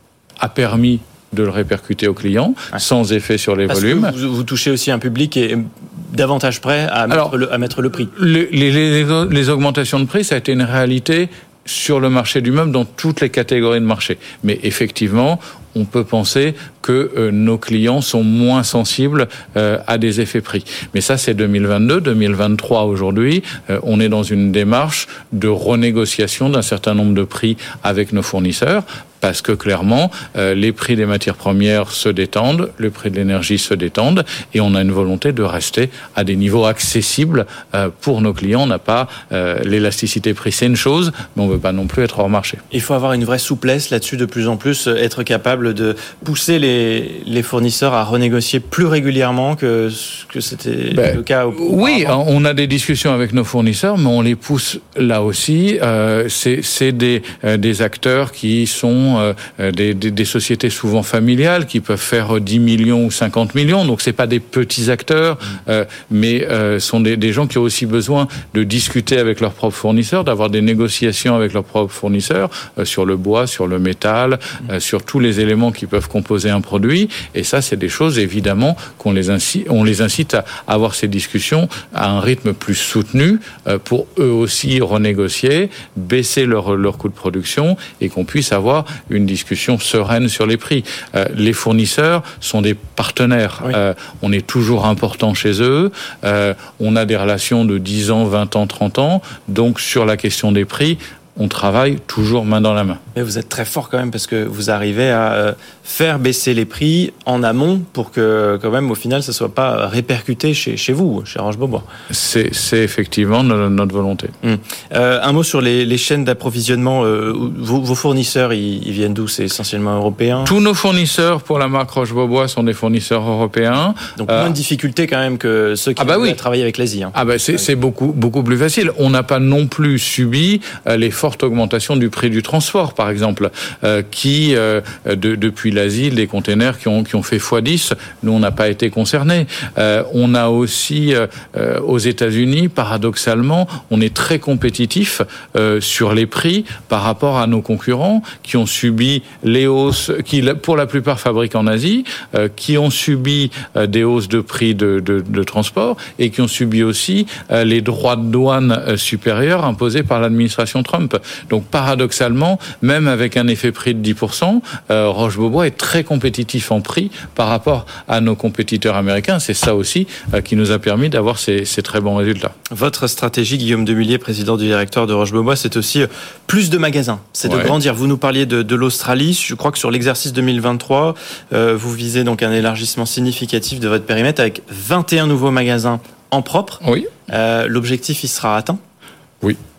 a permis de le répercuter aux clients, ah. sans effet sur les Parce volumes. Que vous, vous touchez aussi un public qui est davantage prêt à mettre, Alors, le, à mettre le prix. Les, les, les, les augmentations de prix, ça a été une réalité sur le marché du meuble dans toutes les catégories de marché. Mais effectivement, on peut penser que euh, nos clients sont moins sensibles euh, à des effets prix. Mais ça, c'est deux mille vingt-deux. deux mille vingt-trois, aujourd'hui, euh, on est dans une démarche de renégociation d'un certain nombre de prix avec nos fournisseurs, parce que clairement, euh, les prix des matières premières se détendent, le prix de l'énergie se détendent, et on a une volonté de rester à des niveaux accessibles euh, pour nos clients. On n'a pas euh, l'élasticité prix, c'est une chose, mais on ne veut pas non plus être hors marché. Il faut avoir une vraie souplesse là-dessus, de plus en plus, être capable de pousser les, les fournisseurs à renégocier plus régulièrement que, que c'était ben, le cas auparavant. Oui, on a des discussions avec nos fournisseurs, mais on les pousse là aussi. Euh, c'est, c'est des, euh, des acteurs qui sont euh, des, des, des sociétés souvent familiales, qui peuvent faire dix millions ou cinquante millions, donc c'est pas des petits acteurs, euh, mais euh, sont des, des gens qui ont aussi besoin de discuter avec leurs propres fournisseurs, d'avoir des négociations avec leurs propres fournisseurs euh, sur le bois, sur le métal, euh, sur tous les éléments qui peuvent composer un produit, et ça c'est des choses évidemment qu'on les incite, on les incite à avoir ces discussions à un rythme plus soutenu pour eux aussi renégocier, baisser leur, leur coût de production et qu'on puisse avoir une discussion sereine sur les prix. Euh, les fournisseurs sont des partenaires, oui. euh, on est toujours important chez eux, euh, on a des relations de dix ans, vingt ans, trente ans, donc sur la question des prix, on travaille toujours main dans la main. Mais vous êtes très fort quand même, parce que vous arrivez à faire baisser les prix en amont pour que, quand même, au final, ça ne soit pas répercuté chez, chez vous, chez Roche-Beaubois. C'est, c'est effectivement notre, notre volonté. Hum. Euh, un mot sur les, les chaînes d'approvisionnement. Euh, vos, vos fournisseurs, ils, ils viennent d'où? C'est essentiellement européen? Tous nos fournisseurs pour la marque Roche-Beaubois sont des fournisseurs européens. Donc euh, moins de difficultés quand même que ceux qui ah bah oui. travaillent avec l'Asie. Hein. Ah bah c'est, c'est beaucoup, beaucoup plus facile. On n'a pas non plus subi euh, les fortes augmentation du prix du transport, par exemple, euh, qui, euh, de, depuis l'Asie, des containers qui ont, qui ont fait fois dix, nous, on n'a pas été concernés. Euh, on a aussi, euh, aux États-Unis, paradoxalement, on est très compétitif euh, sur les prix par rapport à nos concurrents qui ont subi les hausses, qui, pour la plupart, fabriquent en Asie, euh, qui ont subi euh, des hausses de prix de, de, de transport et qui ont subi aussi euh, les droits de douane euh, supérieurs imposés par l'administration Trump. Donc paradoxalement, même avec un effet prix de dix pour cent, euh, Roche-Beaubois est très compétitif en prix par rapport à nos compétiteurs américains. C'est ça aussi euh, qui nous a permis d'avoir ces, ces très bons résultats. Votre stratégie, Guillaume Demullier, président du directoire de Roche-Beaubois, c'est aussi plus de magasins. C'est ouais. de grandir. Vous nous parliez de, de l'Australie. Je crois que sur l'exercice deux mille vingt-trois, euh, vous visez donc un élargissement significatif de votre périmètre avec vingt et un nouveaux magasins en propre. Oui. Euh, l'objectif, il sera atteint? Oui.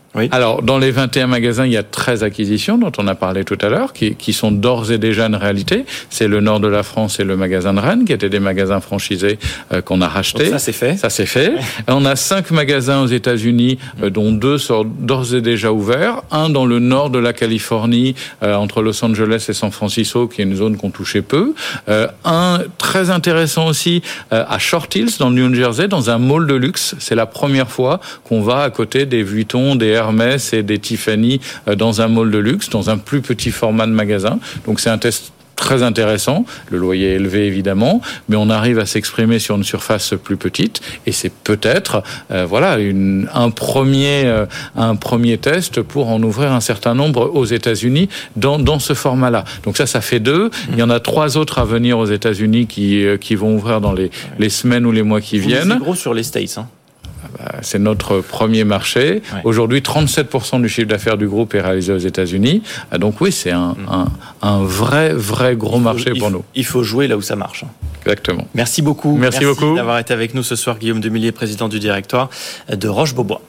Oui. Alors, dans les vingt et un magasins, il y a treize acquisitions dont on a parlé tout à l'heure, qui, qui sont d'ores et déjà une réalité. C'est le nord de la France et le magasin de Rennes, qui étaient des magasins franchisés euh, qu'on a rachetés. Donc ça, c'est fait. Ça, c'est fait. Ouais. On a cinq magasins aux États-Unis, euh, dont deux sont d'ores et déjà ouverts. Un dans le nord de la Californie, euh, entre Los Angeles et San Francisco, qui est une zone qu'on touchait peu. Euh, un très intéressant aussi euh, à Short Hills, dans le New Jersey, dans un mall de luxe. C'est la première fois qu'on va à côté des Vuitton, des Hermès et des Tiffany dans un mall de luxe, dans un plus petit format de magasin. Donc c'est un test très intéressant, le loyer est élevé évidemment, mais on arrive à s'exprimer sur une surface plus petite et c'est peut-être euh, voilà une, un premier euh, un premier test pour en ouvrir un certain nombre aux États-Unis dans dans ce format-là. Donc ça ça fait deux. Il y en a trois autres à venir aux États-Unis qui euh, qui vont ouvrir dans les les semaines ou les mois qui Vous viennent. C'est gros sur les States, hein. C'est notre premier marché. Ouais. Aujourd'hui, trente-sept pour cent du chiffre d'affaires du groupe est réalisé aux États-Unis. Donc oui, c'est un, un, un vrai, vrai gros faut, marché pour faut, nous. Il faut jouer là où ça marche. Exactement. Merci beaucoup. Merci, Merci beaucoup d'avoir été avec nous ce soir, Guillaume Demillier, président du directoire de Roche-Beaubois.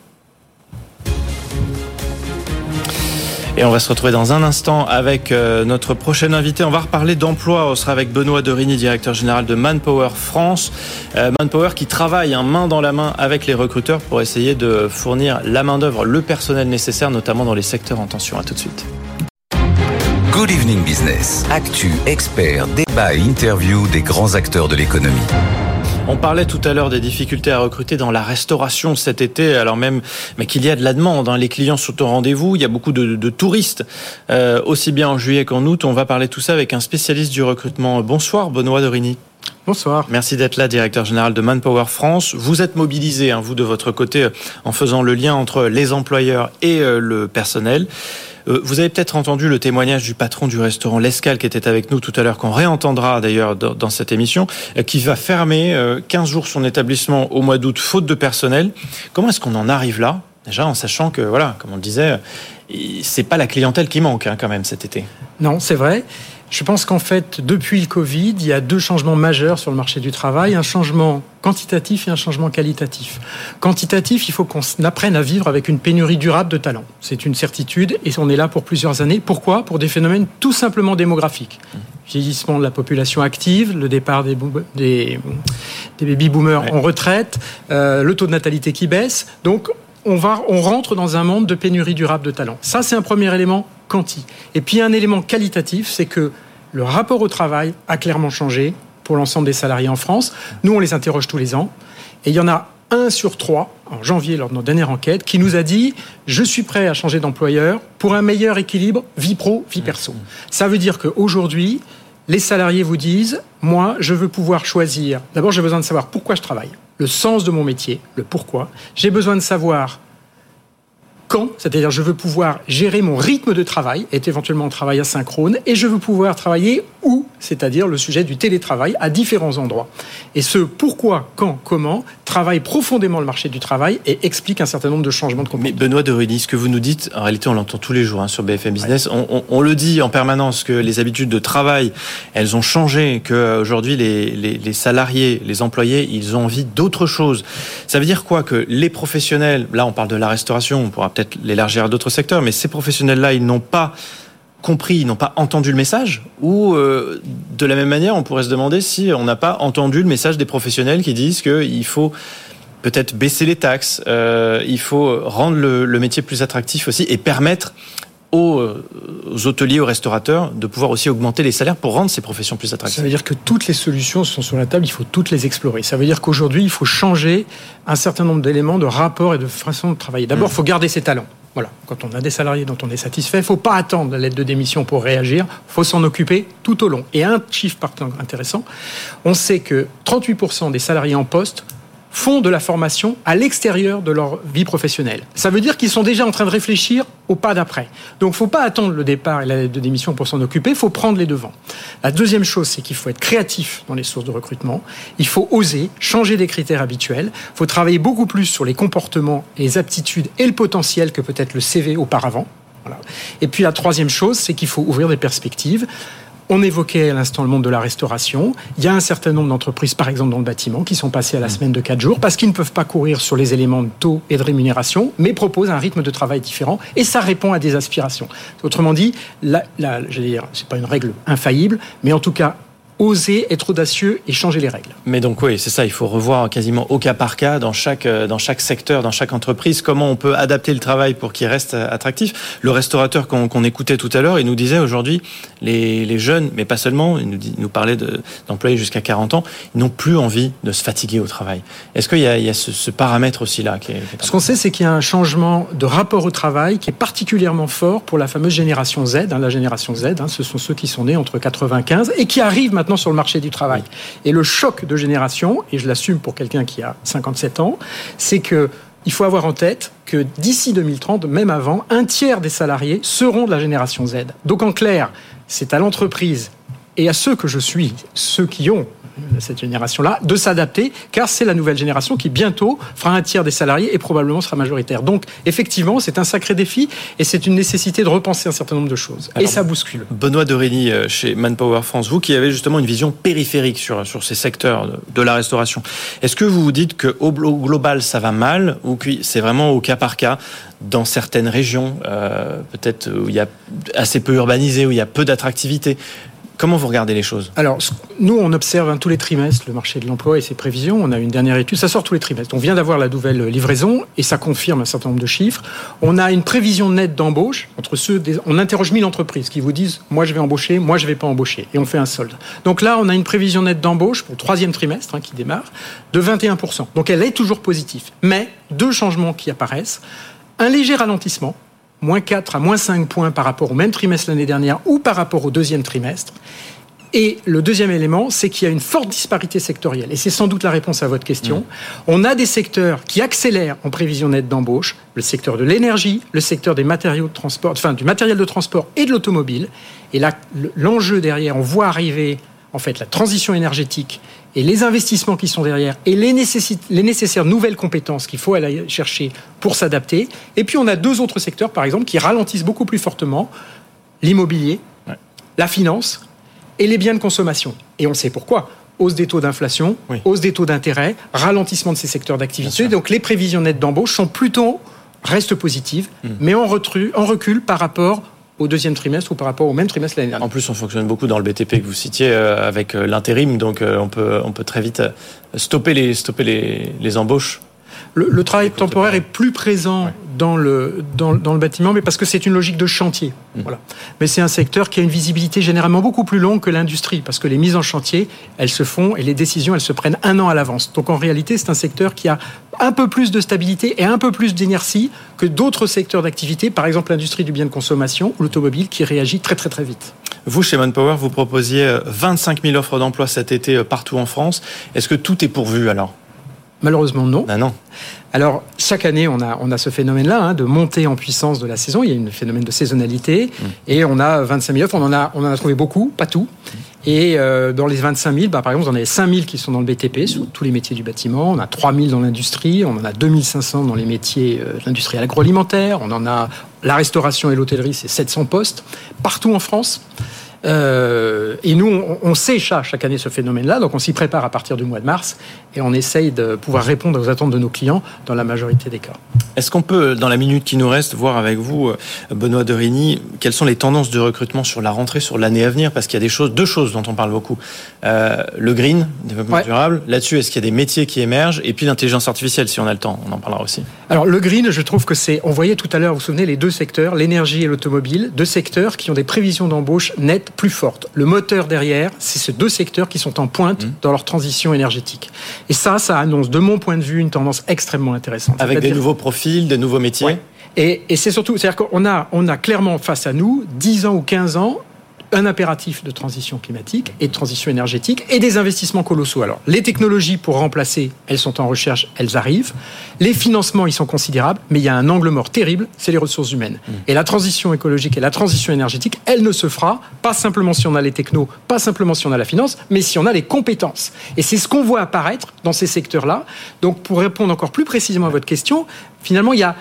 Et on va se retrouver dans un instant avec euh, notre prochain invité. On va reparler d'emploi. On sera avec Benoît Dorigny, directeur général de Manpower France. Euh, Manpower qui travaille hein, main dans la main avec les recruteurs pour essayer de fournir la main-d'œuvre, le personnel nécessaire, notamment dans les secteurs en tension. À tout de suite. Good Evening Business. Actu, experts, débat et interview des grands acteurs de l'économie. On parlait tout à l'heure des difficultés à recruter dans la restauration cet été, alors même mais qu'il y a de la demande. Hein. Les clients sont au rendez-vous, il y a beaucoup de, de touristes, euh, aussi bien en juillet qu'en août. On va parler de tout ça avec un spécialiste du recrutement. Bonsoir, Benoît Dorigny. Bonsoir. Merci d'être là, directeur général de Manpower France. Vous êtes mobilisé, hein, vous de votre côté, en faisant le lien entre les employeurs et euh, le personnel. Vous avez peut-être entendu le témoignage du patron du restaurant L'Escale qui était avec nous tout à l'heure, qu'on réentendra d'ailleurs dans cette émission, qui va fermer quinze jours son établissement au mois d'août, faute de personnel. Comment est-ce qu'on en arrive là ? Déjà en sachant que, voilà, comme on le disait, c'est pas la clientèle qui manque hein, quand même cet été. Non, c'est vrai. Je pense qu'en fait, depuis le Covid, il y a deux changements majeurs sur le marché du travail, un changement quantitatif et un changement qualitatif. Quantitatif, il faut qu'on apprenne à vivre avec une pénurie durable de talents. C'est une certitude et on est là pour plusieurs années. Pourquoi ? Pour des phénomènes tout simplement démographiques. Vieillissement de la population active, le départ des, bo- des, des baby-boomers ouais. en retraite, euh, le taux de natalité qui baisse. Donc, on, va, on rentre dans un monde de pénurie durable de talents. Ça, c'est un premier élément quanti. Et puis, un élément qualitatif, c'est que le rapport au travail a clairement changé pour l'ensemble des salariés en France. Nous, on les interroge tous les ans. Et il y en a un sur trois, en janvier, lors de notre dernière enquête, qui nous a dit « Je suis prêt à changer d'employeur pour un meilleur équilibre vie pro, vie perso ». Ça veut dire qu'aujourd'hui, les salariés vous disent « Moi, je veux pouvoir choisir. D'abord, j'ai besoin de savoir pourquoi je travaille, le sens de mon métier, le pourquoi. J'ai besoin de savoir quand, c'est-à-dire je veux pouvoir gérer mon rythme de travail, et éventuellement un travail asynchrone, et je veux pouvoir travailler où, c'est-à-dire le sujet du télétravail à différents endroits. Et ce pourquoi, quand, comment, travaille profondément le marché du travail et explique un certain nombre de changements de comportement. Mais Benoît Dorigny, ce que vous nous dites, en réalité on l'entend tous les jours hein, sur B F M Business, ouais. on, on, on le dit en permanence que les habitudes de travail, elles ont changé, qu'aujourd'hui les, les, les salariés, les employés, ils ont envie d'autre chose. Ça veut dire quoi ? Que les professionnels, là on parle de la restauration, on pourra peut-être l'élargir à d'autres secteurs, mais ces professionnels-là, ils n'ont pas compris, ils n'ont pas entendu le message, ou euh, de la même manière, on pourrait se demander si on n'a pas entendu le message des professionnels qui disent qu'il faut peut-être baisser les taxes, euh, il faut rendre le, le métier plus attractif aussi et permettre aux, aux hôteliers, aux restaurateurs de pouvoir aussi augmenter les salaires pour rendre ces professions plus attractives. Ça veut dire que toutes les solutions sont sur la table, il faut toutes les explorer. Ça veut dire qu'aujourd'hui, il faut changer un certain nombre d'éléments de rapport et de façon de travailler. D'abord, il mmh. faut garder ses talents. Voilà. Quand on a des salariés dont on est satisfait, il ne faut pas attendre la lettre de démission pour réagir, il faut s'en occuper tout au long. Et un chiffre intéressant, on sait que trente-huit pour cent des salariés en poste font de la formation à l'extérieur de leur vie professionnelle. Ça veut dire qu'ils sont déjà en train de réfléchir au pas d'après. Donc, il ne faut pas attendre le départ et la lettre de démission pour s'en occuper, il faut prendre les devants. La deuxième chose, c'est qu'il faut être créatif dans les sources de recrutement. Il faut oser changer des critères habituels. Il faut travailler beaucoup plus sur les comportements, les aptitudes et le potentiel que peut-être le C V auparavant. Voilà. Et puis, la troisième chose, c'est qu'il faut ouvrir des perspectives. On évoquait à l'instant le monde de la restauration. Il y a un certain nombre d'entreprises, par exemple dans le bâtiment, qui sont passées à la semaine de quatre jours parce qu'ils ne peuvent pas courir sur les éléments de taux et de rémunération, mais proposent un rythme de travail différent et ça répond à des aspirations. Autrement dit, là, là, j'allais dire, c'est pas une règle infaillible, mais en tout cas, oser être audacieux et changer les règles. Mais donc oui, c'est ça, il faut revoir quasiment au cas par cas dans chaque, dans chaque secteur, dans chaque entreprise, comment on peut adapter le travail pour qu'il reste attractif. Le restaurateur qu'on, qu'on écoutait tout à l'heure, il nous disait aujourd'hui, les, les jeunes, mais pas seulement, il nous, dit, il nous parlait de, d'employés jusqu'à quarante ans, ils n'ont plus envie de se fatiguer au travail. Est-ce qu'il y a, il y a ce, ce paramètre aussi là qui est, qui est... Ce qu'on sait, c'est qu'il y a un changement de rapport au travail qui est particulièrement fort pour la fameuse génération Z. Hein, la génération Z, hein, ce sont ceux qui sont nés entre quatre-vingt-quinze et qui arrivent maintenant sur le marché du travail. Et le choc de génération, et je l'assume pour quelqu'un qui a cinquante-sept ans, c'est que il faut avoir en tête que d'ici deux mille trente, même avant, un tiers des salariés seront de la génération Z. Donc en clair, c'est à l'entreprise et à ceux que je suis, ceux qui ont cette génération-là, de s'adapter, car c'est la nouvelle génération qui bientôt fera un tiers des salariés et probablement sera majoritaire. Donc, effectivement, c'est un sacré défi et c'est une nécessité de repenser un certain nombre de choses. Alors, et ça bouscule. Benoît Dorigny, chez Manpower France, vous qui avez justement une vision périphérique sur, sur ces secteurs de, de la restauration, est-ce que vous vous dites qu'au global, ça va mal ou que c'est vraiment au cas par cas dans certaines régions, euh, peut-être où il y a assez peu urbanisé, où il y a peu d'attractivité? Comment vous regardez les choses? Alors, nous, on observe hein, tous les trimestres le marché de l'emploi et ses prévisions. On a une dernière étude, ça sort tous les trimestres. On vient d'avoir la nouvelle livraison et ça confirme un certain nombre de chiffres. On a une prévision nette d'embauche entre ceux des... On interroge mille entreprises qui vous disent « moi, je vais embaucher, moi, je ne vais pas embaucher ». Et on fait un solde. Donc là, on a une prévision nette d'embauche pour le troisième trimestre hein, qui démarre de vingt et un pour cent. Donc elle est toujours positive. Mais deux changements qui apparaissent. Un léger ralentissement, moins quatre à moins cinq points par rapport au même trimestre l'année dernière ou par rapport au deuxième trimestre. Et le deuxième élément, c'est qu'il y a une forte disparité sectorielle. Et c'est sans doute la réponse à votre question. Mmh. On a des secteurs qui accélèrent en prévision nette d'embauche. Le secteur de l'énergie, le secteur des matériaux de transport, enfin du matériel de transport et de l'automobile. Et là, l'enjeu derrière, on voit arriver en fait la transition énergétique et les investissements qui sont derrière et les, nécessi- les nécessaires nouvelles compétences qu'il faut aller chercher pour s'adapter. Et puis on a deux autres secteurs, par exemple, qui ralentissent beaucoup plus fortement, l'immobilier, ouais. la finance et les biens de consommation. Et on sait pourquoi. Hausse des taux d'inflation, oui. hausse des taux d'intérêt, ralentissement de ces secteurs d'activité. Donc les prévisions nettes d'embauche sont plutôt, restent positives, mmh. mais en, retru, en recul par rapport au deuxième trimestre ou par rapport au même trimestre l'année dernière. En plus, on fonctionne beaucoup dans le B T P que vous citiez euh, avec euh, l'intérim, donc euh, on peut on peut très vite euh, stopper les stopper les, les embauches. Le, le travail temporaire est plus présent ouais. dans le dans, dans le bâtiment, mais parce que c'est une logique de chantier. Mmh. Voilà. Mais c'est un secteur qui a une visibilité généralement beaucoup plus longue que l'industrie, parce que les mises en chantier, elles se font et les décisions, elles se prennent un an à l'avance. Donc en réalité, c'est un secteur qui a un peu plus de stabilité et un peu plus d'inertie que d'autres secteurs d'activité, par exemple l'industrie du bien de consommation ou l'automobile, qui réagit très très très vite. Vous, chez Manpower, vous proposiez vingt-cinq mille offres d'emploi cet été partout en France. Est-ce que tout est pourvu alors ? Malheureusement, non. Ben non. Alors, chaque année, on a, on a ce phénomène-là, hein, de montée en puissance de la saison. Il y a un phénomène de saisonnalité. Mmh. Et on a vingt-cinq mille offres. On en a, on en a trouvé beaucoup, pas tout. Mmh. Et euh, dans les vingt-cinq mille, bah, par exemple, on en avait cinq mille qui sont dans le B T P, sur tous les métiers du bâtiment. On a trois mille dans l'industrie. On en a deux mille cinq cents dans les métiers euh, de l'industrie agroalimentaire. On en a la restauration et l'hôtellerie, c'est sept cents postes. Partout en France. Euh, et nous, on, on sait chaque, chaque année ce phénomène-là, donc on s'y prépare à partir du mois de mars et on essaye de pouvoir répondre aux attentes de nos clients dans la majorité des cas. Est-ce qu'on peut, dans la minute qui nous reste, voir avec vous, Benoît Dorigny, quelles sont les tendances de recrutement sur la rentrée, sur l'année à venir? Parce qu'il y a des choses, deux choses dont on parle beaucoup. Euh, le green, développement ouais. durable, là-dessus, est-ce qu'il y a des métiers qui émergent? Et puis l'intelligence artificielle, si on a le temps, on en parlera aussi. Alors le green, je trouve que c'est, on voyait tout à l'heure, vous vous souvenez, les deux secteurs, l'énergie et l'automobile, deux secteurs qui ont des prévisions d'embauche nettes plus fortes. Le moteur derrière, c'est ces deux secteurs qui sont en pointe mmh. dans leur transition énergétique. Et ça, ça annonce, de mon point de vue, une tendance extrêmement intéressante. Avec des nouveaux profils, des nouveaux métiers. Ouais. Et, et c'est surtout, c'est-à-dire qu'on a, on a clairement face à nous, dix ans ou quinze ans, un impératif de transition climatique et de transition énergétique et des investissements colossaux. Alors, les technologies pour remplacer, elles sont en recherche, elles arrivent. Les financements, ils sont considérables, mais il y a un angle mort terrible, c'est les ressources humaines. Mmh. Et la transition écologique et la transition énergétique, elle ne se fera pas simplement si on a les technos, pas simplement si on a la finance, mais si on a les compétences. Et c'est ce qu'on voit apparaître dans ces secteurs-là. Donc, pour répondre encore plus précisément à votre question, finalement, il y a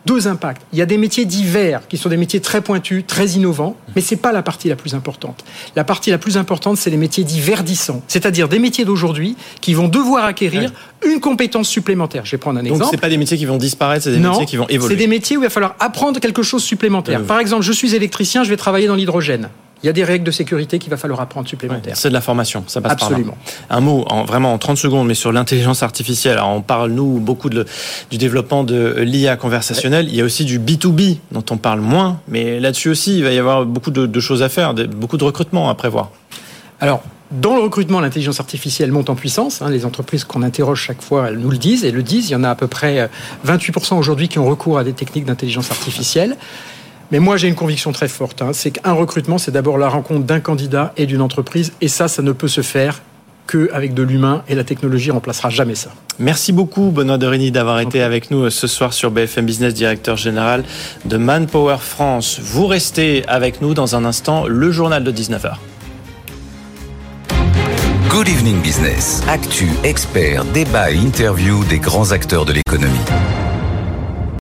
deux impacts. Il y a des métiers divers qui sont des métiers très pointus, très innovants, mais c'est pas la partie la plus importante. La partie la plus importante, c'est les métiers dits verdissants, c'est-à-dire des métiers d'aujourd'hui qui vont devoir acquérir ouais. une compétence supplémentaire. Je vais prendre un exemple. Donc c'est pas des métiers qui vont disparaître, c'est des non, métiers qui vont évoluer. C'est des métiers où il va falloir apprendre quelque chose supplémentaire. Euh, Par exemple, je suis électricien, je vais travailler dans l'hydrogène. Il y a des règles de sécurité qu'il va falloir apprendre supplémentaires. Ouais, c'est de la formation, ça passe Absolument. par là. Un mot, en, vraiment en trente secondes, mais sur l'intelligence artificielle. Alors on parle, nous, beaucoup de, du développement de l'I A conversationnelle. Ouais. Il y a aussi du B deux B, dont on parle moins, mais là-dessus aussi, il va y avoir beaucoup de, de choses à faire, de, beaucoup de recrutement à prévoir. Alors, dans le recrutement, l'intelligence artificielle monte en puissance. Hein, les entreprises qu'on interroge chaque fois, elles nous le disent, et le disent. Il y en a à peu près vingt-huit pour cent aujourd'hui qui ont recours à des techniques d'intelligence artificielle. Mais moi, j'ai une conviction très forte. Hein, c'est qu'un recrutement, c'est d'abord la rencontre d'un candidat et d'une entreprise. Et ça, ça ne peut se faire qu'avec de l'humain. Et la technologie ne remplacera jamais ça. Merci beaucoup, Benoît de Rigny, d'avoir été avec nous ce soir sur B F M Business, directeur général de Manpower France. Vous restez avec nous dans un instant, le journal de dix-neuf heures. Good Evening Business. Actu, experts, débat et interview des grands acteurs de l'économie.